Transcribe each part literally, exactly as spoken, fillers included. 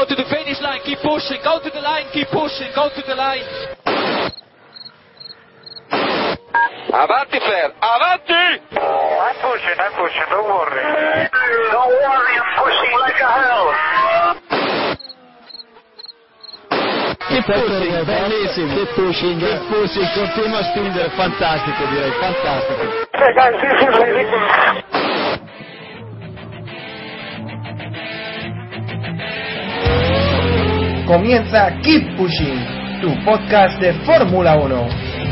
go to the finish line, keep pushing, go to the line, keep pushing, go to the line. Avanti, Flair, avanti! I'm pushing, I'm pushing, don't worry. Don't worry, I'm pushing like a hell. Keep pushing, bellissimo, keep pushing, keep pushing, continua a spingere, fantastico direi, fantastico. Comienza Keep Pushing, tu podcast de Fórmula uno.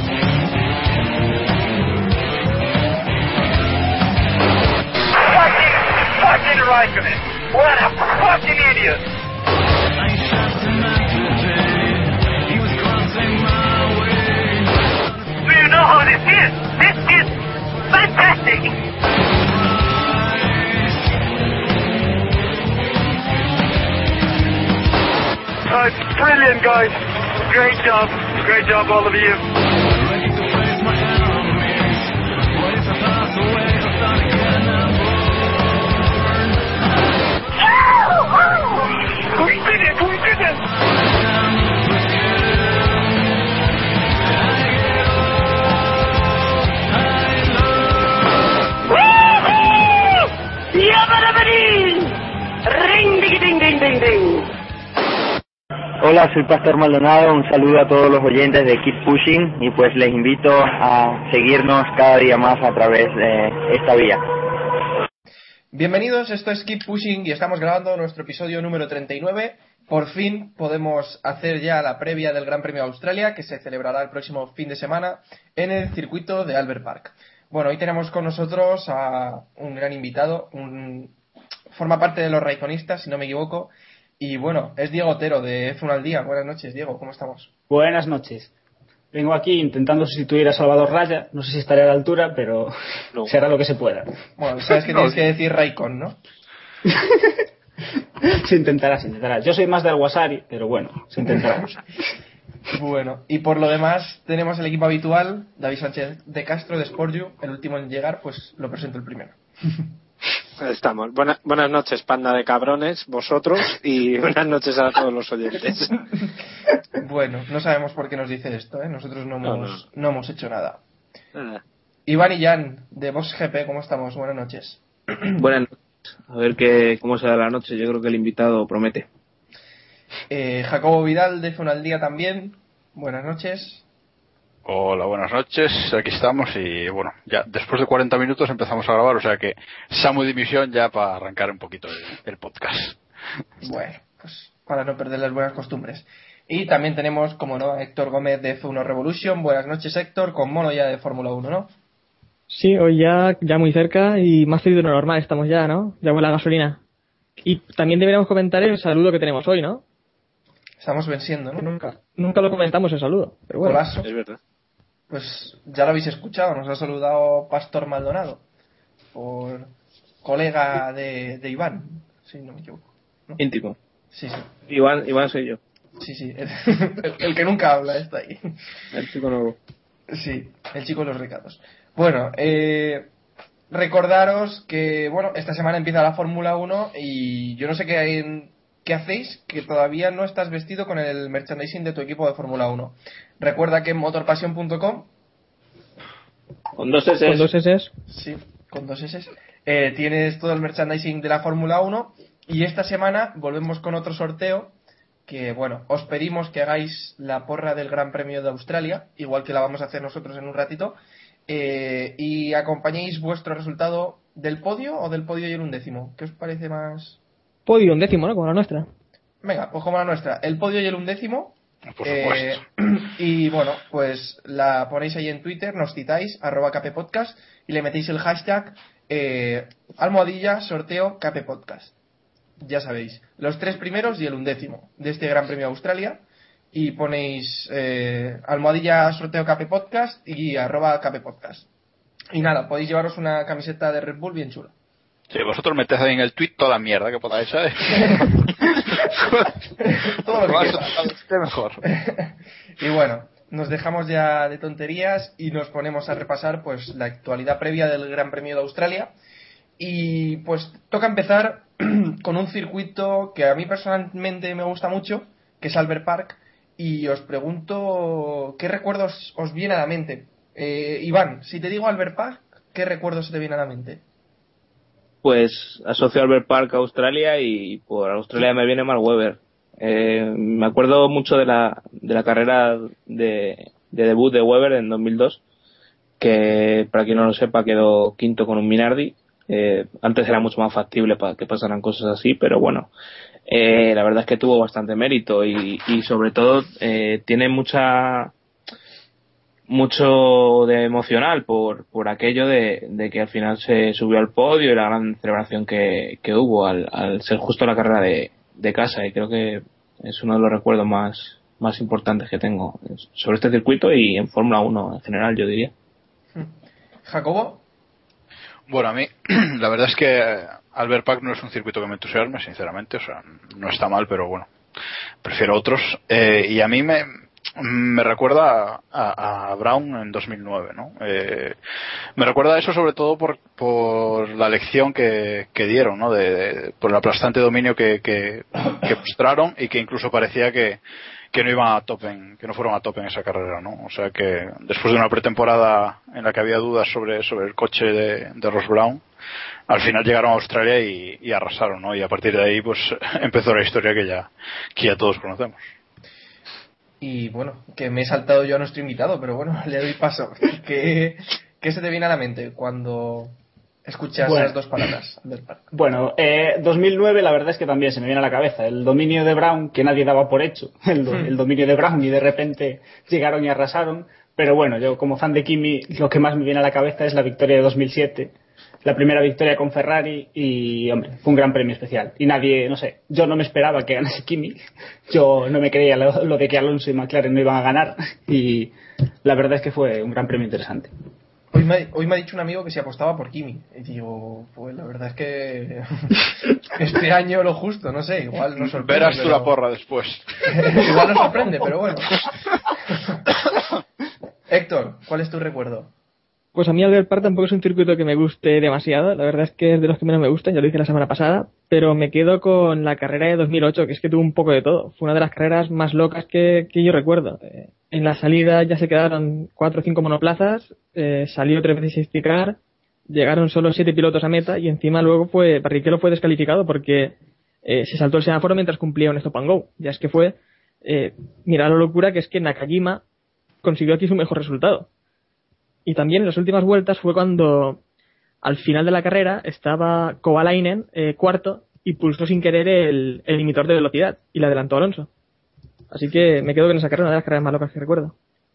Fucking, fucking Raikkonen. What a fucking idiot. Do you know how this is? This is fantastic. Uh, it's brilliant, guys. Great job. Great job, all of you. We did it! We did it! Woohoo! Yabarabari! Ring, ding, ding, ding, ding, ding. Hola, soy Pastor Maldonado, un saludo a todos los oyentes de Keep Pushing y pues les invito a seguirnos cada día más a través de esta vía. Bienvenidos, esto es Keep Pushing y estamos grabando nuestro episodio número treinta y nueve. Por fin podemos hacer ya la previa del Gran Premio de Australia, que se celebrará el próximo fin de semana en el circuito de Albert Park. Bueno, hoy tenemos con nosotros a un gran invitado, un... forma parte de los raikonistas, si no me equivoco. Y bueno, es Diego Otero de F uno al Día. Buenas noches, Diego, ¿cómo estamos? Buenas noches. Vengo aquí intentando sustituir a Salvador Raya. No sé si estaré a la altura, pero no. Será lo que se pueda. Bueno, sabes que tienes que decir Raikon, ¿no? Se intentará, se intentará. Yo soy más del Wasari, pero bueno, se intentará. Bueno, y por lo demás tenemos el equipo habitual, David Sánchez de Castro de Sportju, el último en llegar, pues lo presento el primero. Estamos. Buena, buenas noches, panda de cabrones, vosotros, y buenas noches a todos los oyentes. Bueno, no sabemos por qué nos dice esto, ¿eh? Nosotros no hemos, no, no. no hemos hecho nada. nada. Iván y Jan, de Vox G P, ¿cómo estamos? Buenas noches. Buenas noches. A ver qué, cómo será la noche. Yo creo que el invitado promete. Eh, Jacobo Vidal, de F uno al Día también. Buenas noches. Hola, buenas noches, aquí estamos y bueno, ya después de cuarenta minutos empezamos a grabar, o sea que Samu Dimisión ya para arrancar un poquito el, el podcast. Bueno, pues para no perder las buenas costumbres. Y también tenemos, como no, a Héctor Gómez de F uno Revolution. Buenas noches, Héctor, con mono ya de Fórmula uno, ¿no? Sí, hoy ya, ya muy cerca y más feliz de lo normal estamos ya, ¿no? Ya huele la gasolina. Y también deberíamos comentar el saludo que tenemos hoy, ¿no? Estamos venciendo, ¿no? Nunca, nunca lo comentamos el saludo, pero bueno. Colazo. Es verdad. Pues ya lo habéis escuchado, nos ha saludado Pastor Maldonado, por colega de, de Iván, si no me equivoco, ¿no? Íntimo. Sí, sí. Iván, Iván soy yo. Sí, sí, el, el, el que nunca habla está ahí. El chico nuevo. Sí, el chico de los recados. Bueno, eh, recordaros que, bueno, esta semana empieza la Fórmula uno y yo no sé qué hay... ¿Qué hacéis? Que todavía no estás vestido con el merchandising de tu equipo de Fórmula uno. Recuerda que en motorpasión punto com con dos S con dos S sí, con dos S eh, tienes todo el merchandising de la Fórmula uno y esta semana volvemos con otro sorteo que, bueno, os pedimos que hagáis la porra del Gran Premio de Australia, igual que la vamos a hacer nosotros en un ratito, eh, y acompañéis vuestro resultado del podio o del podio y el undécimo. ¿Qué os parece más...? Podio, un décimo, ¿no? Como la nuestra. Venga, pues como la nuestra. El podio y el undécimo. Por eh, y bueno, pues la ponéis ahí en Twitter, nos citáis, arroba kppodcast, y le metéis el hashtag eh, almohadilla sorteo kppodcast. Ya sabéis, los tres primeros y el undécimo de este Gran Premio de Australia. Y ponéis eh, almohadilla sorteo kppodcast y arroba kppodcast. Y nada, podéis llevaros una camiseta de Red Bull bien chula. Sí, vosotros metéis ahí en el tweet toda la mierda que podáis, ¿sabes? Todo lo que esté mejor. Y bueno, nos dejamos ya de tonterías y nos ponemos a repasar pues la actualidad previa del Gran Premio de Australia. Y pues toca empezar con un circuito que a mí personalmente me gusta mucho, que es Albert Park, y os pregunto qué recuerdos os viene a la mente. Eh, Iván, si te digo Albert Park, ¿qué recuerdos se te viene a la mente? Pues asocio Albert Park a Australia y por Australia me viene Mark Webber. Eh, me acuerdo mucho de la, de la carrera de, de debut de Webber en dos mil dos, que para quien no lo sepa quedó quinto con un Minardi. Eh, antes era mucho más factible para que pasaran cosas así, pero bueno, eh, la verdad es que tuvo bastante mérito y, y sobre todo eh, tiene mucha mucho de emocional por por aquello de, de que al final se subió al podio y la gran celebración que, que hubo al, al ser justo la carrera de, de casa, y creo que es uno de los recuerdos más más importantes que tengo sobre este circuito y en Fórmula uno en general, yo diría. Jacobo. Bueno, a mí la verdad es que Albert Park no es un circuito que me entusiasme, sinceramente, o sea, no está mal, pero bueno, prefiero otros. Eh, y a mí me me recuerda a, a Brown en dos mil nueve, ¿no? Eh, me recuerda a eso sobre todo por por la lección que, que dieron, ¿no? De, de, por el aplastante dominio que, que, que mostraron, y que incluso parecía que que no iban a tope, en, que no fueron a tope en esa carrera, ¿no? O sea que después de una pretemporada en la que había dudas sobre sobre el coche de, de Ross Brown, al final llegaron a Australia y, y arrasaron, ¿no? Y a partir de ahí pues empezó la historia que ya que ya todos conocemos. Y bueno, que me he saltado yo a nuestro invitado, pero bueno, le doy paso. ¿Qué, qué se te viene a la mente cuando escuchas bueno, esas dos palabras, Albert Park? Bueno, eh, dos mil nueve la verdad es que también se me viene a la cabeza el dominio de Brown, que nadie daba por hecho, el, do, el dominio de Brown, y de repente llegaron y arrasaron. Pero bueno, yo como fan de Kimi, lo que más me viene a la cabeza es la victoria de dos mil siete, la primera victoria con Ferrari, y hombre, fue un gran premio especial. Y nadie, no sé, yo no me esperaba que ganase Kimi, yo no me creía lo, lo de que Alonso y McLaren no iban a ganar, y la verdad es que fue un gran premio interesante. Hoy me, hoy me ha dicho un amigo que se apostaba por Kimi, y digo, pues la verdad es que este año lo justo, no sé, igual nos sorprende. Verás tú pero... la porra después. Igual nos sorprende, pero bueno. Héctor, ¿cuál es tu recuerdo? Pues a mí Albert Park tampoco es un circuito que me guste demasiado, la verdad es que es de los que menos me gustan, ya lo dije la semana pasada, pero me quedo con la carrera de dos mil ocho, que es que tuvo un poco de todo, fue una de las carreras más locas que, que yo recuerdo. Eh, en la salida ya se quedaron cuatro o cinco monoplazas, eh, salió tres veces safety car, llegaron solo siete pilotos a meta, y encima luego fue Barrichello fue descalificado porque eh, se saltó el semáforo mientras cumplía un stop and go. Ya es que fue, eh, mira la locura que es que Nakajima consiguió aquí su mejor resultado. Y también en las últimas vueltas fue cuando al final de la carrera estaba Kovalainen eh, cuarto y pulsó sin querer el, el limitor de velocidad y le adelantó a Alonso. Así que me quedo con esa carrera, una de las carreras más locas que recuerdo.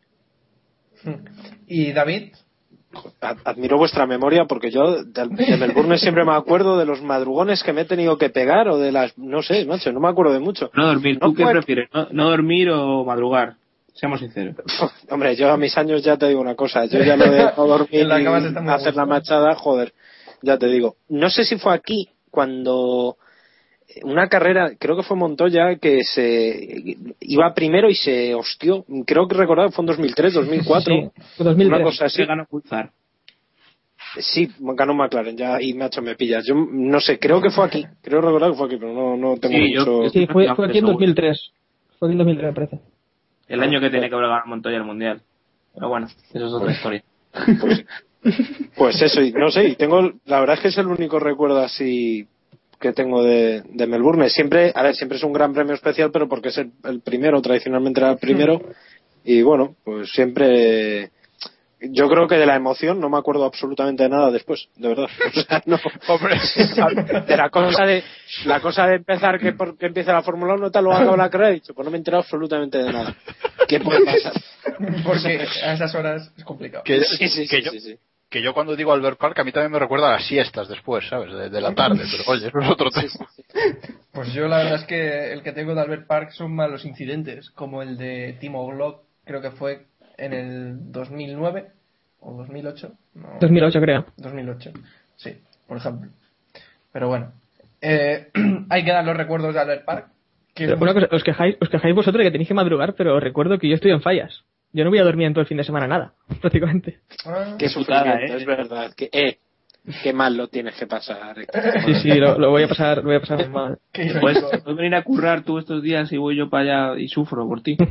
¿Y David? Admiro vuestra memoria, porque yo de, de Melbourne siempre me acuerdo de los madrugones que me he tenido que pegar, o de las, no sé, macho, no me acuerdo de mucho. No dormir, ¿tú no qué puedo... prefieres? ¿No, ¿No dormir o madrugar? Seamos sinceros. Hombre, yo a mis años ya te digo una cosa, yo ya lo de no dormir la y hacer gusto. la machada, joder, ya te digo. No sé si fue aquí cuando una carrera, creo que fue Montoya, que se iba primero y se hostió, creo que recordar fue en dos mil tres, dos mil cuatro, sí, dos mil tres. Una cosa así. Se ganó Pulsar. Sí, ganó McLaren, ya, y Nacho me pillas. Yo no sé, creo que fue aquí, creo recordar que fue aquí, pero no, no tengo sí, mucho... Yo, sí, fue, fue aquí en dos mil tres. Fue aquí en dos mil tres, me parece. El año que tiene que haber ganado Montoya el Mundial. Pero bueno, eso es otra historia. Pues, pues eso, y no sé, y tengo, la verdad es que es el único recuerdo así que tengo de, de Melbourne. Siempre, a ver, siempre es un gran premio especial, pero porque es el, el primero, tradicionalmente era el primero, y bueno, pues siempre... Yo creo que de la emoción no me acuerdo absolutamente de nada después, de verdad. O sea, no. Hombre, de la cosa de la cosa de empezar que porque empieza la Fórmula uno tal, luego acaba la carrera, he dicho, pues no me he enterado absolutamente de nada. ¿Qué puede pasar? Porque a esas horas es complicado. Que, sí, sí, que sí, yo, sí, sí. que yo cuando digo Albert Park, a mí también me recuerda a las siestas después, ¿sabes? De, de la tarde, pero oye, eso es otro tema. Sí, sí, sí. Pues yo la verdad es que el que tengo de Albert Park son malos incidentes, como el de Timo Glock, creo que fue en el dos mil nueve o dos mil ocho. No, dos mil ocho creo. dos mil ocho, sí, por ejemplo. Pero bueno, eh, hay que dar los recuerdos de Albert Park. Que Una cosa, os quejáis, os quejáis vosotros de que tenéis que madrugar, pero os recuerdo que yo estoy en fallas. Yo no voy a dormir en todo el fin de semana nada, prácticamente. Ah, Qué sufrimiento, ¿eh? Es verdad. Que, eh, qué mal lo tienes que pasar. Sí, sí, lo, lo voy a pasar, lo voy a pasar mal. Pues puedes venir a currar tú estos días y voy yo para allá y sufro por ti.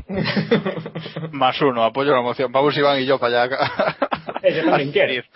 Más uno, apoyo la moción. Vamos Iván y yo para allá. Yo también quiero ir.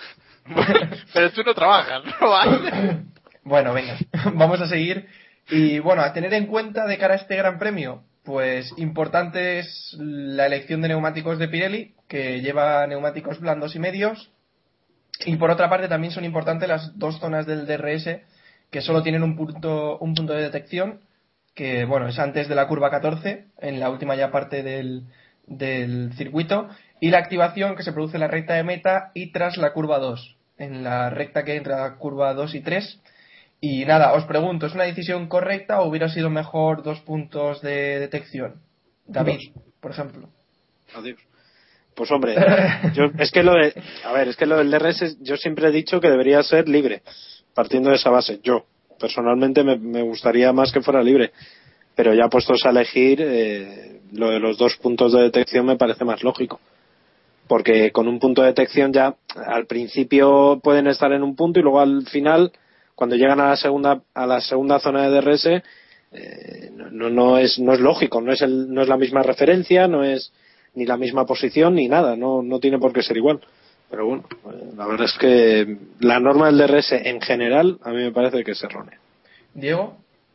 Pero tú no trabajas, ¿no? ¿Vale? Bueno, venga, vamos a seguir. Y bueno, a tener en cuenta de cara a este Gran Premio, pues importante es la elección de neumáticos de Pirelli, que lleva neumáticos blandos y medios. Y por otra parte también son importantes las dos zonas del D R S, que solo tienen un punto, un punto de detección, que bueno, es antes de la curva catorce, en la última ya parte del, del circuito, y la activación que se produce en la recta de meta y tras la curva dos, en la recta que entra la curva dos y tres. Y nada, os pregunto, ¿es una decisión correcta o hubiera sido mejor dos puntos de detección? David, dos. Por ejemplo. Adiós. Pues hombre, yo, es que lo de, a ver, es que lo del D R S yo siempre he dicho que debería ser libre, partiendo de esa base. Yo, personalmente, me, me gustaría más que fuera libre, pero ya puestos a elegir, eh, lo de los dos puntos de detección me parece más lógico. Porque con un punto de detección ya, al principio pueden estar en un punto y luego al final, cuando llegan a la segunda a la segunda zona de D R S, eh, no, no es no es lógico, no es el, no es la misma referencia, no es ni la misma posición ni nada, no no tiene por qué ser igual. Pero bueno, eh, la verdad es que la norma del D R S en general a mí me parece que es errónea. Diego.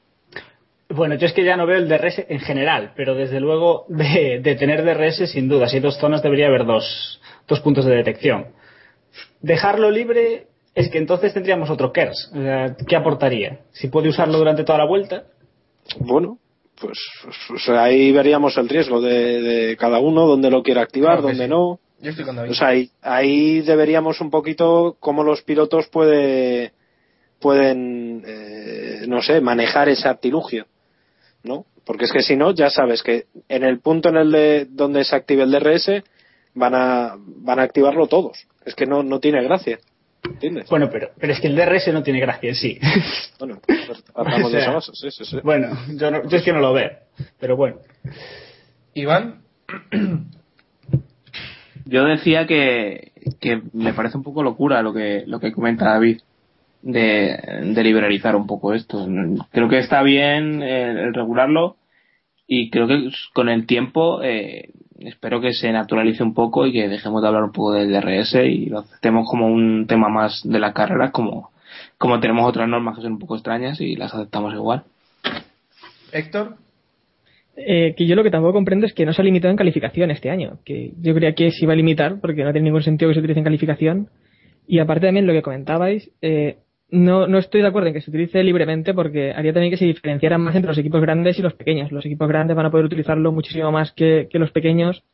Bueno, yo es que ya no veo el D R S en general, pero desde luego de, de tener D R S sin duda, si hay dos zonas debería haber dos, dos puntos de detección. Dejarlo libre es que entonces tendríamos otro KERS. O sea, ¿qué aportaría? Si puede usarlo durante toda la vuelta. Bueno, pues, pues o sea, ahí veríamos el riesgo de, de cada uno, dónde lo quiere activar, Claro dónde sí. no. Yo estoy con David. O sea, ahí, ahí deberíamos un poquito cómo los pilotos puede, pueden, eh, no sé, manejar ese artilugio, ¿no? Porque es que si no, ya sabes que en el punto en el de donde se active el D R S van a van a activarlo todos. Es que no no tiene gracia. ¿Entiendes? Bueno, pero pero es que el D R S no tiene gracia en sí. Bueno, pues, hablamos O sea, de esa base, sí, sí, sí. Bueno, yo, no, yo es que no lo veo, pero bueno. Iván. Yo decía que, que me parece un poco locura lo que lo que comenta David de, de liberalizar un poco esto. Creo que está bien el, el regularlo y creo que con el tiempo eh, espero que se naturalice un poco y que dejemos de hablar un poco del D R S y lo aceptemos como un tema más de la carrera, como, como tenemos otras normas que son un poco extrañas y las aceptamos igual. Héctor. Eh, que yo lo que tampoco comprendo es que no se ha limitado en calificación este año, que yo creía que se iba a limitar porque no tiene ningún sentido que se utilice en calificación. Y aparte también lo que comentabais, eh, no, no estoy de acuerdo en que se utilice libremente porque haría también que se diferenciaran más entre los equipos grandes y los pequeños. Los equipos grandes van a poder utilizarlo muchísimo más que, que los pequeños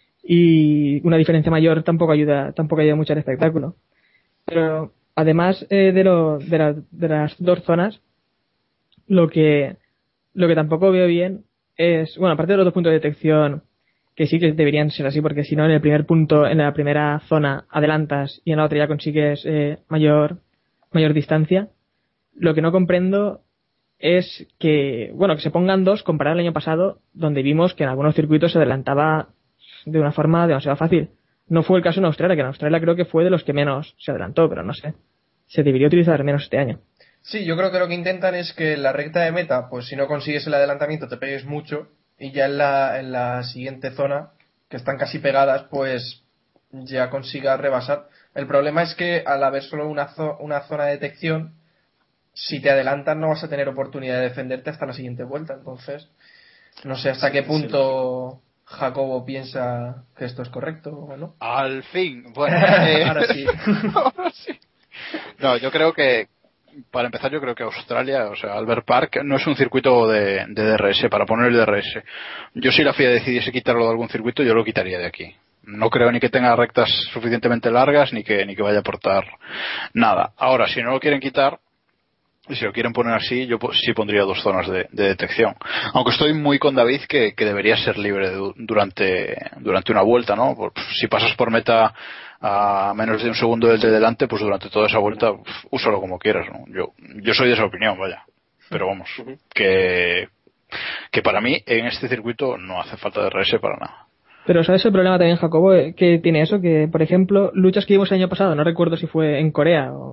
y una diferencia mayor tampoco ayuda, tampoco ayuda mucho al espectáculo. Pero además eh, de, lo, de, la, de las dos zonas, lo que, lo que tampoco veo bien es, bueno, aparte de los dos puntos de detección, que sí que deberían ser así, porque si no, en el primer punto, en la primera zona adelantas y en la otra ya consigues eh, mayor, mayor distancia. Lo que no comprendo es que, bueno, que se pongan dos comparado al año pasado, donde vimos que en algunos circuitos se adelantaba de una forma demasiado fácil. No fue el caso en Australia, que en Australia creo que fue de los que menos se adelantó, pero no sé. Se debería utilizar menos este año. Sí, yo creo que lo que intentan es que en la recta de meta, pues si no consigues el adelantamiento te pegues mucho y ya en la, en la siguiente zona, que están casi pegadas, pues ya consigas rebasar. El problema es que al haber solo una, zo- una zona de detección, si te adelantan no vas a tener oportunidad de defenderte hasta la siguiente vuelta. Entonces, no sé hasta qué punto Jacobo piensa que esto es correcto o no. Al fin, bueno, eh, Ahora sí. ahora sí. No, yo creo que para empezar, yo creo que Australia, o sea, Albert Park, no es un circuito de, de D R S, para poner el D R S. Yo si la F I A decidiese quitarlo de algún circuito, yo lo quitaría de aquí. No creo ni que tenga rectas suficientemente largas, ni que ni que vaya a aportar nada. Ahora, si no lo quieren quitar, y si lo quieren poner así, yo sí pondría dos zonas de, de detección. Aunque estoy muy con David que, que debería ser libre de, durante, durante una vuelta, ¿no? Pues, si pasas por meta a menos de un segundo del de delante, pues durante toda esa vuelta uf, úsalo como quieras, ¿no? Yo, yo soy de esa opinión, vaya. Pero vamos, que, que para mí en este circuito no hace falta D R S para nada. Pero ¿sabes el problema también, Jacobo? Que tiene eso, que por ejemplo, luchas que vimos el año pasado, no recuerdo si fue en Corea o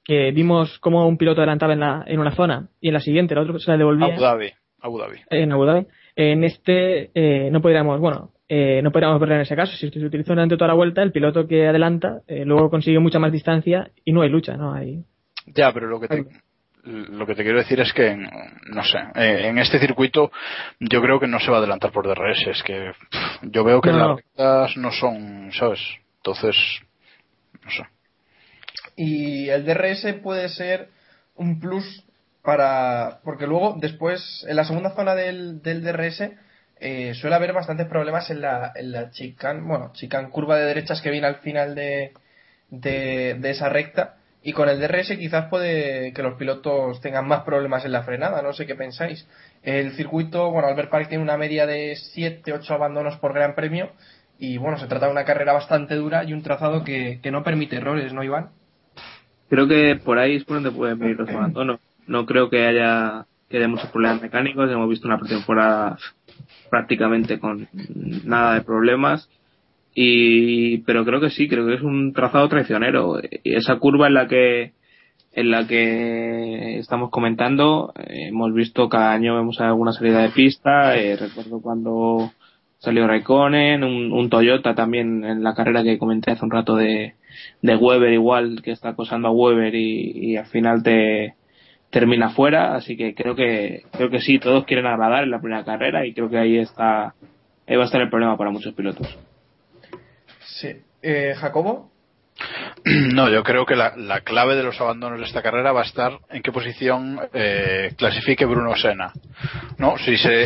que vimos cómo un piloto adelantaba en, la, en una zona y en la siguiente el otro se la devolvía. Abu Dhabi. Abu Dhabi. En Abu Dhabi. En este eh, no podríamos, bueno, eh, no podríamos verlo en ese caso. Si se utiliza durante toda la vuelta, el piloto que adelanta eh, luego consigue mucha más distancia y no hay lucha, ¿no? Hay... Ya, pero lo que te, lo que te quiero decir es que, no sé, eh, en este circuito yo creo que no se va a adelantar por D R S. Es que pff, yo veo que no, las no. rectas no son, ¿sabes? Entonces, no sé. Y el D R S puede ser un plus para, porque luego después en la segunda zona del, del D R S eh, suele haber bastantes problemas en la, en la chicane, bueno, chicane curva de derechas que viene al final de, de, de esa recta, y con el D R S quizás puede que los pilotos tengan más problemas en la frenada, no sé qué pensáis. El circuito, bueno, Albert Park tiene una media de siete ocho abandonos por Gran Premio y bueno, se trata de una carrera bastante dura y un trazado que, que no permite errores, ¿no, Iván? Creo que por ahí es por donde pueden venir los abandonos. No creo que haya que haya muchos problemas mecánicos. Hemos visto una pretemporada prácticamente con nada de problemas. Y pero creo que sí, creo que es un trazado traicionero. Y esa curva en la que en la que estamos comentando, eh, hemos visto cada año vemos alguna salida de pista. Eh, recuerdo cuando salió Raikkonen, un, un Toyota también en la carrera que comenté hace un rato de, de Weber, igual que está acosando a Weber y, y al final te termina fuera. Así que creo que creo que sí, todos quieren agradar en la primera carrera y creo que ahí está ahí va a estar el problema para muchos pilotos. Sí. Eh, ¿Jacobo? No, yo creo que la, la clave de los abandonos de esta carrera va a estar en qué posición eh, clasifique Bruno Senna. No, si se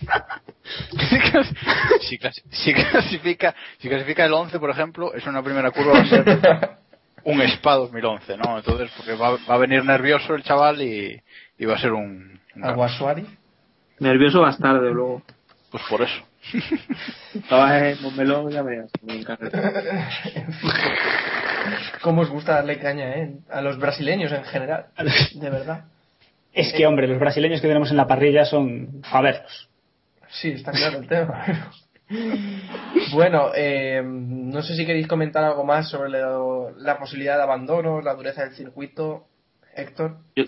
si, clasi, si clasifica si clasifica el once, por ejemplo, es una primera curva va a ser un Spa dos mil once, ¿no? Entonces, porque va, va a venir nervioso el chaval y, y va a ser un, un Aguasuari. Nervioso va a estar, de luego. Pues por eso. Estabas en Montmeló, ya veas, en carrera. ¿Cómo os gusta darle caña, eh? A los brasileños en general, de verdad. Es que, hombre, los brasileños que tenemos en la parrilla son a verlos. Sí, está claro el tema. Bueno, eh, no sé si queréis comentar algo más sobre la, la posibilidad de abandono, la dureza del circuito. Héctor. Yo...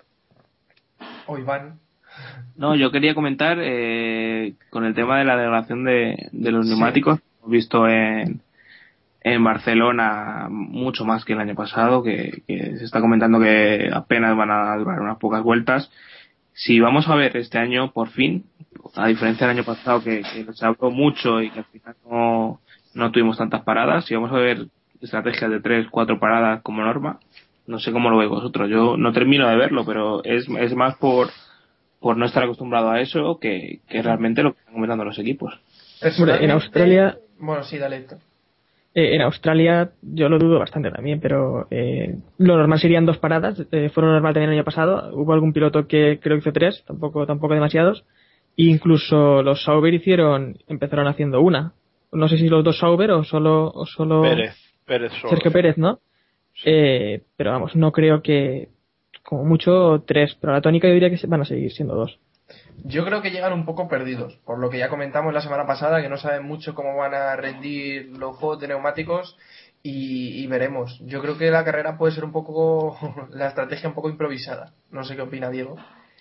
O Iván. No, yo quería comentar eh, con el tema de la degradación de, de los neumáticos. Sí. Hemos visto en, en Barcelona mucho más que el año pasado, que, que se está comentando que apenas van a durar unas pocas vueltas. Si vamos a ver este año, por fin, a diferencia del año pasado que, que se habló mucho y que al final no, no tuvimos tantas paradas, si vamos a ver estrategias de tres, cuatro paradas como norma, no sé cómo lo veis vosotros. Yo no termino de verlo, pero es, es más por por no estar acostumbrado a eso que, que realmente lo que están comentando los equipos. En Australia... Bueno, sí, dale, Héctor. Eh, en Australia yo lo dudo bastante también, pero eh, lo normal serían dos paradas. Eh, fueron normal también el año pasado. Hubo algún piloto que creo que hizo tres, tampoco tampoco demasiados. E incluso los Sauber hicieron, empezaron haciendo una. No sé si los dos Sauber o solo... O solo Pérez, Pérez solo. Sergio Pérez, ¿no? Sí. Eh, pero vamos, no creo que... Como mucho tres, pero la tónica yo diría que van a seguir siendo dos. Yo creo que llegan un poco perdidos, por lo que ya comentamos la semana pasada, que no saben mucho cómo van a rendir los juegos de neumáticos y, y veremos. Yo creo que la carrera puede ser un poco, la estrategia un poco improvisada. No sé qué opina Diego.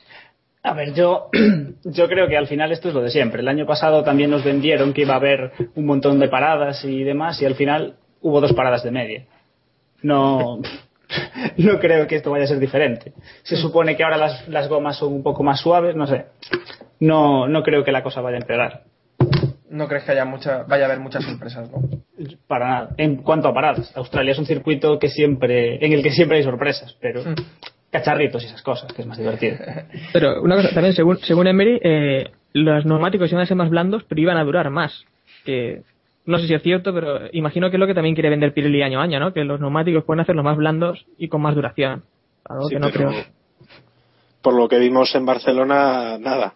A ver, yo, yo creo que al final esto es lo de siempre. El año pasado también nos vendieron que iba a haber un montón de paradas y demás, y al final hubo dos paradas de media. No... No creo que esto vaya a ser diferente. Se supone que ahora las, las gomas son un poco más suaves, no sé. No, no creo que la cosa vaya a empeorar. No crees que haya mucha, vaya a haber muchas sorpresas, ¿no? Para nada. En cuanto a paradas, Australia es un circuito que siempre, en el que siempre hay sorpresas, pero mm. cacharritos y esas cosas, que es más divertido. Pero una cosa, también según, según Emery, eh, los neumáticos iban a ser más blandos, pero iban a durar más. Que no sé si es cierto, pero imagino que es lo que también quiere vender Pirelli año a año, ¿no? Que los neumáticos pueden hacerlos más blandos y con más duración. Algo sí, que no creo. Por lo que vimos en Barcelona, nada.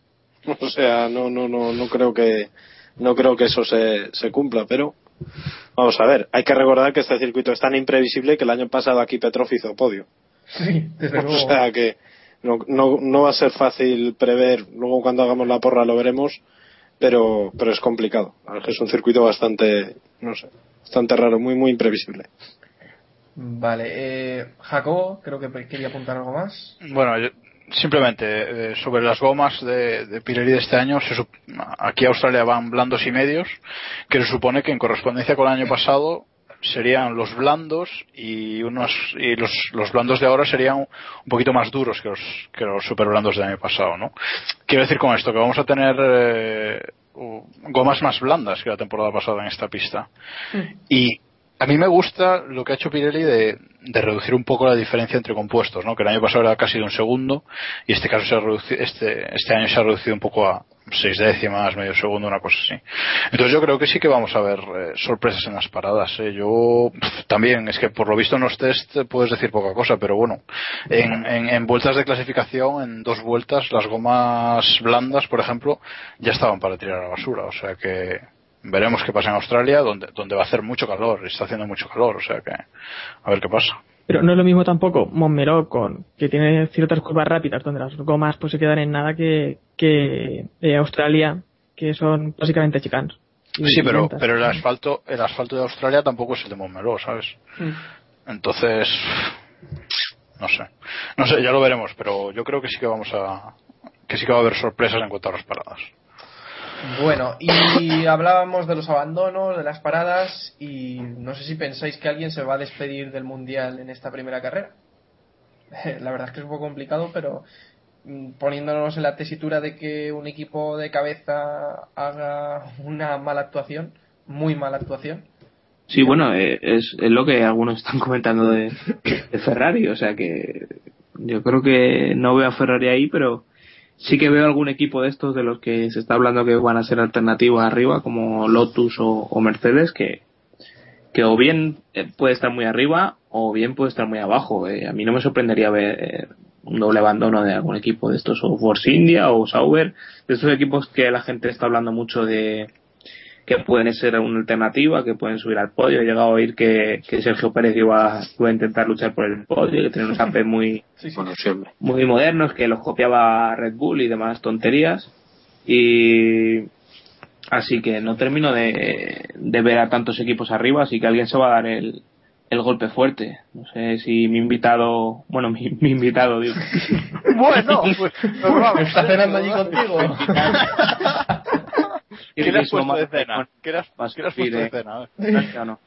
O sea, no, no, no, no creo que, no creo que eso se, se cumpla, pero vamos a ver. Hay que recordar que este circuito es tan imprevisible que el año pasado aquí Petrov hizo podio. Sí, desde luego. O sea que no, no, no va a ser fácil prever. Luego cuando hagamos la porra lo veremos. Pero, pero es complicado. Es un circuito bastante, no sé, bastante raro, muy, muy imprevisible. Vale, eh, Jacobo, creo que quería apuntar algo más. Bueno, yo, simplemente eh, sobre las gomas de, de Pirelli de este año, se, aquí a Australia van blandos y medios, que se supone que en correspondencia con el año pasado serían los blandos y unos y los, los blandos de ahora serían un poquito más duros que los que los super blandos del año pasado, ¿no? Quiero decir con esto que vamos a tener eh, gomas más blandas que la temporada pasada en esta pista. Mm. Y a mí me gusta lo que ha hecho Pirelli de, de reducir un poco la diferencia entre compuestos, ¿no? Que el año pasado era casi de un segundo y este caso se ha reducido, este este año se ha reducido un poco a seis décimas, medio segundo, una cosa así. Entonces yo creo que sí que vamos a ver eh, sorpresas en las paradas. ¿eh? Yo pff, también, es que por lo visto en los test puedes decir poca cosa, pero bueno, en, en, en vueltas de clasificación, en dos vueltas, las gomas blandas, por ejemplo, ya estaban para tirar a la basura. O sea que veremos qué pasa en Australia, donde, donde va a hacer mucho calor, está haciendo mucho calor, o sea que a ver qué pasa. Pero no es lo mismo tampoco Montmeló, con que tiene ciertas curvas rápidas donde las gomas pues se quedan en nada, que, que eh, Australia, que son básicamente chicanes. Sí, pero pero el asfalto el asfalto de Australia tampoco es el de Montmeló, ¿sabes? Mm. Entonces, no sé. No sé, ya lo veremos, pero yo creo que sí que vamos a que sí que va a haber sorpresas en cuanto a las paradas. Bueno, y hablábamos de los abandonos, de las paradas, y no sé si pensáis que alguien se va a despedir del Mundial en esta primera carrera. La verdad es que es un poco complicado, pero poniéndonos en la tesitura de que un equipo de cabeza haga una mala actuación, muy mala actuación. Sí, bueno, eh, es, es lo que algunos están comentando de, de Ferrari, o sea que yo creo que no veo a Ferrari ahí, pero sí que veo algún equipo de estos de los que se está hablando que van a ser alternativas arriba, como Lotus o, o Mercedes, que, que o bien puede estar muy arriba o bien puede estar muy abajo. Eh, a mí no me sorprendería ver eh, un doble abandono de algún equipo de estos, o Force India o Sauber, de estos equipos que la gente está hablando mucho de que pueden ser una alternativa, que pueden subir al podio. He llegado a oír que, que Sergio Pérez iba, iba a intentar luchar por el podio, que tiene unos A P muy, sí, sí. muy modernos, que los copiaba Red Bull y demás tonterías. Y así que no termino de, de ver a tantos equipos arriba, así que alguien se va a dar el, el golpe fuerte. No sé si mi invitado, bueno, mi, mi invitado, digo. Bueno, pues, pues vamos, está cenando allí contigo. ¿Qué le has puesto de cena? ¿Qué le has puesto de cena? ¿O no?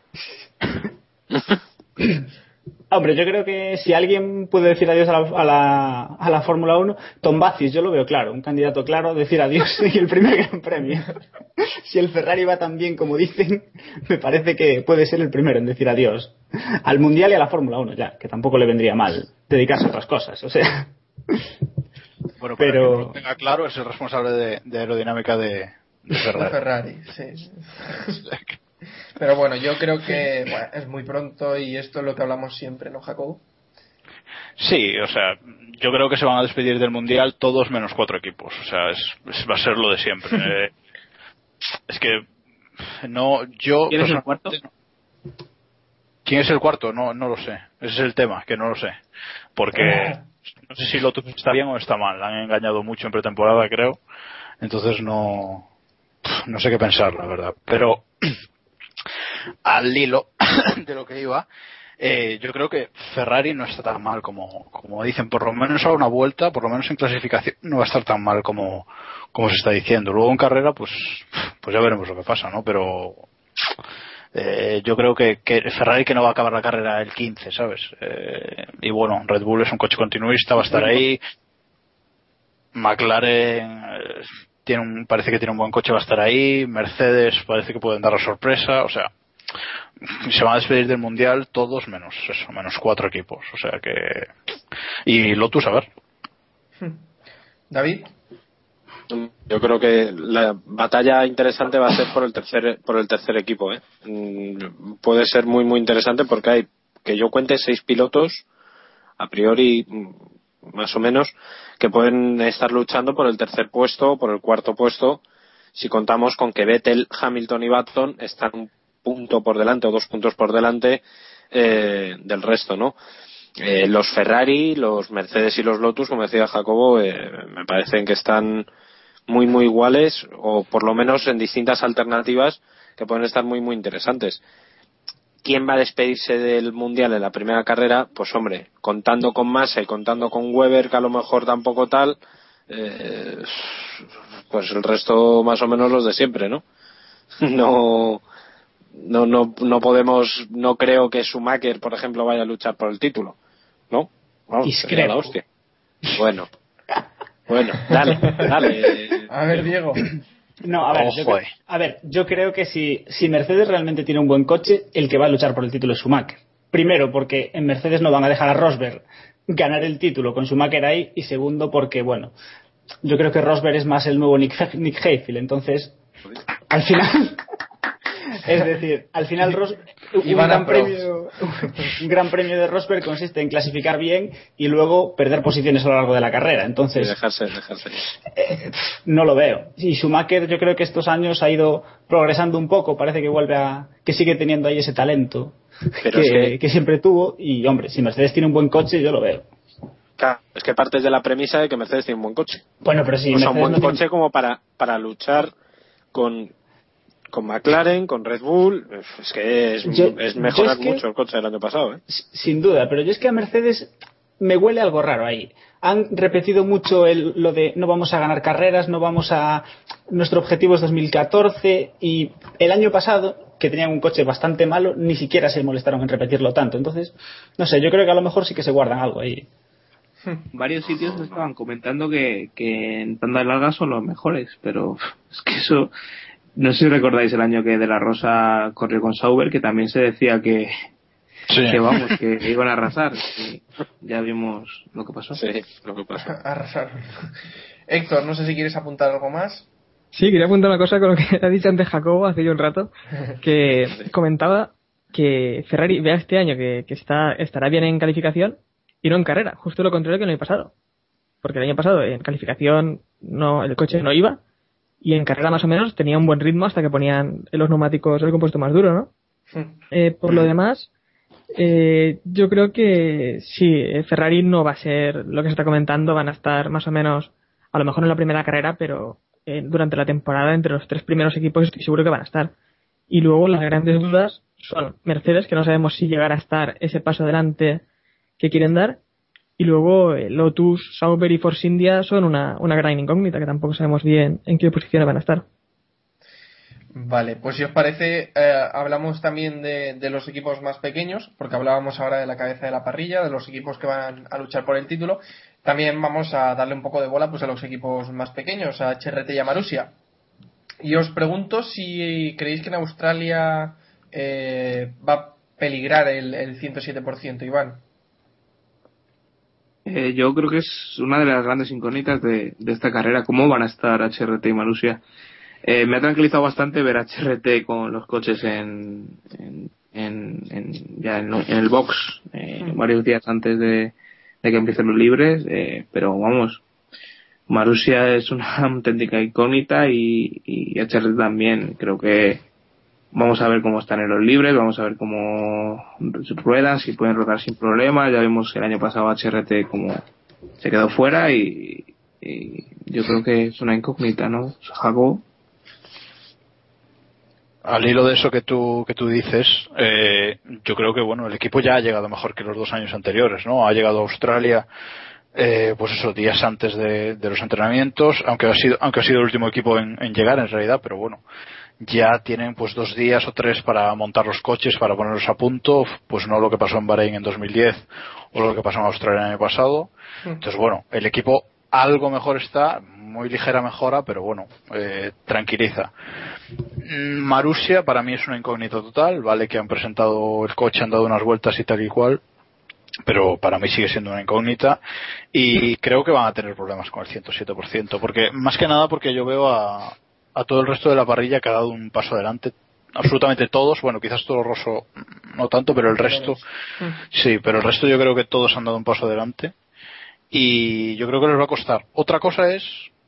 Hombre, yo creo que si alguien puede decir adiós a la, a la, a la Fórmula uno, Tom Bacis, yo lo veo claro, un candidato claro, decir adiós y el primer gran premio. Si el Ferrari va tan bien como dicen, me parece que puede ser el primero en decir adiós al Mundial y a la Fórmula uno, ya, que tampoco le vendría mal dedicarse a otras cosas, o sea. Bueno, pero que lo tenga claro, es el responsable de, de aerodinámica de, de Ferrari. De Ferrari, sí. Pero bueno, yo creo que bueno, es muy pronto y esto es lo que hablamos siempre, ¿no, Jacobo? Sí, o sea, yo creo que se van a despedir del Mundial todos menos cuatro equipos. O sea, es, es va a ser lo de siempre. eh, es que no, yo... ¿Quién es el cuarto? No. ¿Quién es el cuarto? No, no lo sé. Ese es el tema, que no lo sé. Porque no sé si Lotus está bien o está mal. La han engañado mucho en pretemporada, creo. Entonces no... No sé qué pensar, la verdad. Pero... al hilo de lo que iba, eh, yo creo que Ferrari no está tan mal como, como dicen, por lo menos a una vuelta, por lo menos en clasificación no va a estar tan mal como, como se está diciendo. Luego en carrera pues pues ya veremos lo que pasa, ¿no? Pero eh, yo creo que, que Ferrari que no va a acabar la carrera el quince, ¿sabes? Eh, y bueno, Red Bull es un coche continuista, va a estar ahí. McLaren eh, tiene un, parece que tiene un buen coche, va a estar ahí. Mercedes parece que pueden dar la sorpresa, o sea, se van a despedir del Mundial todos menos eso, menos cuatro equipos, o sea que... Y Lotus, a ver. David. Yo creo que la batalla interesante va a ser por el tercer por el tercer equipo, ¿eh? Puede ser muy muy interesante porque hay, que yo cuente, seis pilotos a priori más o menos que pueden estar luchando por el tercer puesto o por el cuarto puesto, si contamos con que Vettel, Hamilton y Button están un punto por delante o dos puntos por delante eh, del resto, ¿no? Eh, los Ferrari, los Mercedes y los Lotus, como decía Jacobo, eh, me parecen que están muy muy iguales, o por lo menos en distintas alternativas que pueden estar muy muy interesantes. ¿quién va a despedirse del Mundial en la primera carrera? Pues hombre, contando con Massa y contando con Webber, que a lo mejor tampoco tal, eh, pues el resto más o menos los de siempre, ¿no? No, no, no, no podemos, no creo que Schumacher, por ejemplo, vaya a luchar por el título, ¿no? Vamos, sería la hostia. Bueno, bueno, dale, dale. A ver, Diego. No, a ver, yo creo, a ver, yo creo que si, si Mercedes realmente tiene un buen coche, el que va a luchar por el título es Schumacher. Primero, porque en Mercedes no van a dejar a Rosberg ganar el título con Schumacher ahí, y segundo, porque, bueno, yo creo que Rosberg es más el nuevo Nick, Nick Heidfeld, entonces, al final, es decir, al final Ros, un, gran premio, un gran premio de Rosberg consiste en clasificar bien y luego perder posiciones a lo largo de la carrera, entonces... Y dejarse, dejarse. Eh, no lo veo. Y Schumacher yo creo que estos años ha ido progresando un poco, parece que vuelve a... que sigue teniendo ahí ese talento Pero que, es que... que siempre tuvo, y hombre, si Mercedes tiene un buen coche, yo lo veo. Claro, es que partes de la premisa de que Mercedes tiene un buen coche. Bueno, pero sí, o sea, un buen no coche tiene... como para, para luchar con... con McLaren, con Red Bull, es que es, yo, es mejorar es que, mucho el coche del año pasado, ¿eh? Sin duda, pero yo es que a Mercedes me huele algo raro ahí. Han repetido mucho el, lo de no vamos a ganar carreras, no vamos a... nuestro objetivo es dos mil catorce, y el año pasado, que tenían un coche bastante malo, ni siquiera se molestaron en repetirlo tanto. Entonces, no sé, yo creo que a lo mejor sí que se guardan algo ahí. Varios sitios estaban comentando que, que en tanda larga son los mejores, pero es que eso... No sé si recordáis el año que De La Rosa corrió con Sauber, que también se decía que, sí. que vamos, que iban a arrasar. Y ya vimos lo que pasó. Sí, lo que pasó. Arrasar. Héctor, no sé si quieres apuntar algo más. Sí, quería apuntar una cosa con lo que ha dicho antes Jacobo hace ya un rato, que comentaba que Ferrari vea este año que, que está estará bien en calificación y no en carrera, justo lo contrario que el año pasado. Porque el año pasado en calificación no el coche no iba, y en carrera más o menos tenía un buen ritmo hasta que ponían en los neumáticos el compuesto más duro, ¿no? Sí. Eh, por lo demás, eh, yo creo que sí, Ferrari no va a ser lo que se está comentando, van a estar más o menos, a lo mejor en la primera carrera, pero eh, durante la temporada entre los tres primeros equipos estoy seguro que van a estar. Y luego las grandes dudas son Mercedes, que no sabemos si llegará a estar ese paso adelante que quieren dar, y luego eh, Lotus, Sauber y Force India son una, una gran incógnita, que tampoco sabemos bien en qué posición van a estar. Vale, pues si os parece, eh, hablamos también de, de los equipos más pequeños, porque hablábamos ahora de la cabeza de la parrilla, de los equipos que van a luchar por el título. También vamos a darle un poco de bola pues a los equipos más pequeños, a H R T y a Marussia. Y os pregunto si creéis que en Australia eh, va a peligrar el, el ciento siete por ciento, Iván. Eh, yo creo que es una de las grandes incógnitas de, de esta carrera, cómo van a estar H R T y Marussia. Eh, me ha tranquilizado bastante ver a H R T con los coches en, en, en, en ya en, en el box eh, mm. varios días antes de, de que empiecen los libres, eh, pero vamos, Marussia es una auténtica incógnita y, y H R T también. Creo que vamos a ver cómo están en los libres, vamos a ver cómo ruedan, si pueden rodar sin problemas. Ya vimos el año pasado H R T como se quedó fuera y, y yo creo que es una incógnita, ¿no, Jacob? Al hilo de eso que tú que tú dices, eh, yo creo que bueno, el equipo ya ha llegado mejor que los dos años anteriores, ¿no? Ha llegado a Australia, eh, pues eso, días antes de, de los entrenamientos, aunque ha sido aunque ha sido el último equipo en, en llegar en realidad, pero bueno, ya tienen pues dos días o tres para montar los coches, para ponerlos a punto, pues no lo que pasó en Bahrein en dos mil diez o lo que pasó en Australia el año pasado. Entonces bueno, el equipo algo mejor está, muy ligera mejora, pero bueno, eh, tranquiliza. Marussia para mí es una incógnita total, vale que han presentado el coche, han dado unas vueltas y tal y cual, pero para mí sigue siendo una incógnita y creo que van a tener problemas con el ciento siete por ciento, porque más que nada porque yo veo a, a todo el resto de la parrilla que ha dado un paso adelante, absolutamente todos, bueno, quizás Toro Rosso no tanto, pero el resto sí, pero el resto yo creo que todos han dado un paso adelante y yo creo que les va a costar. Otra cosa es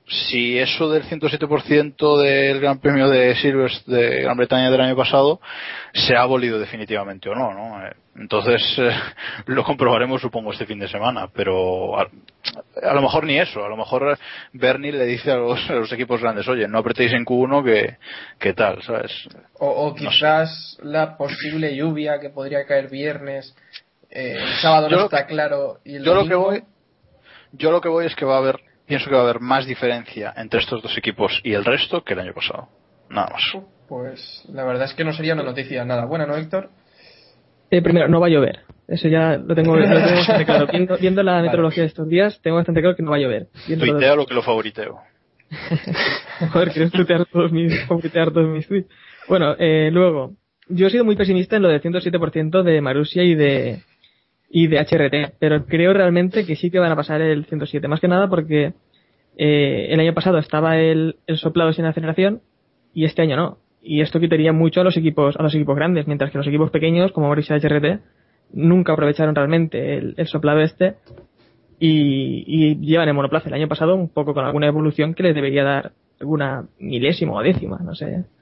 si eso del ciento siete por ciento del Gran Premio de Silverstone de Gran Bretaña del año pasado se ha abolido definitivamente o no, ¿no? Entonces eh, lo comprobaremos, supongo, este fin de semana, pero a, a lo mejor ni eso, a lo mejor Bernie le dice a los, a los equipos grandes, oye, no apretéis en Q uno que, que tal, ¿sabes? O, o quizás no sé. La posible lluvia que podría caer viernes, eh, el sábado no yo está claro y el yo domingo... lo que voy yo lo que voy es que va a haber pienso que va a haber más diferencia entre estos dos equipos y el resto que el año pasado. Nada más. Pues la verdad es que no sería una noticia nada buena, ¿no, Héctor? Eh, primero, no va a llover. Eso ya lo tengo, lo tengo bastante claro. Viendo, viendo la meteorología vale. de estos días, tengo bastante claro que no va a llover. Tuiteo lo que lo favoriteo. Joder, quieres tuitear todos mis, favoritear todos mis tweets. Bueno, eh, luego, yo he sido muy pesimista en lo del ciento siete por ciento de Marussia y de y de H R T, pero creo realmente que sí que van a pasar el ciento siete, más que nada porque eh, el año pasado estaba el, el soplado sin aceleración y este año no, y esto quitaría mucho a los equipos a los equipos grandes, mientras que los equipos pequeños como Marussia y H R T nunca aprovecharon realmente el, el soplado este y, y llevan el monoplaza el año pasado un poco con alguna evolución que les debería dar alguna milésima o décima, no sé, un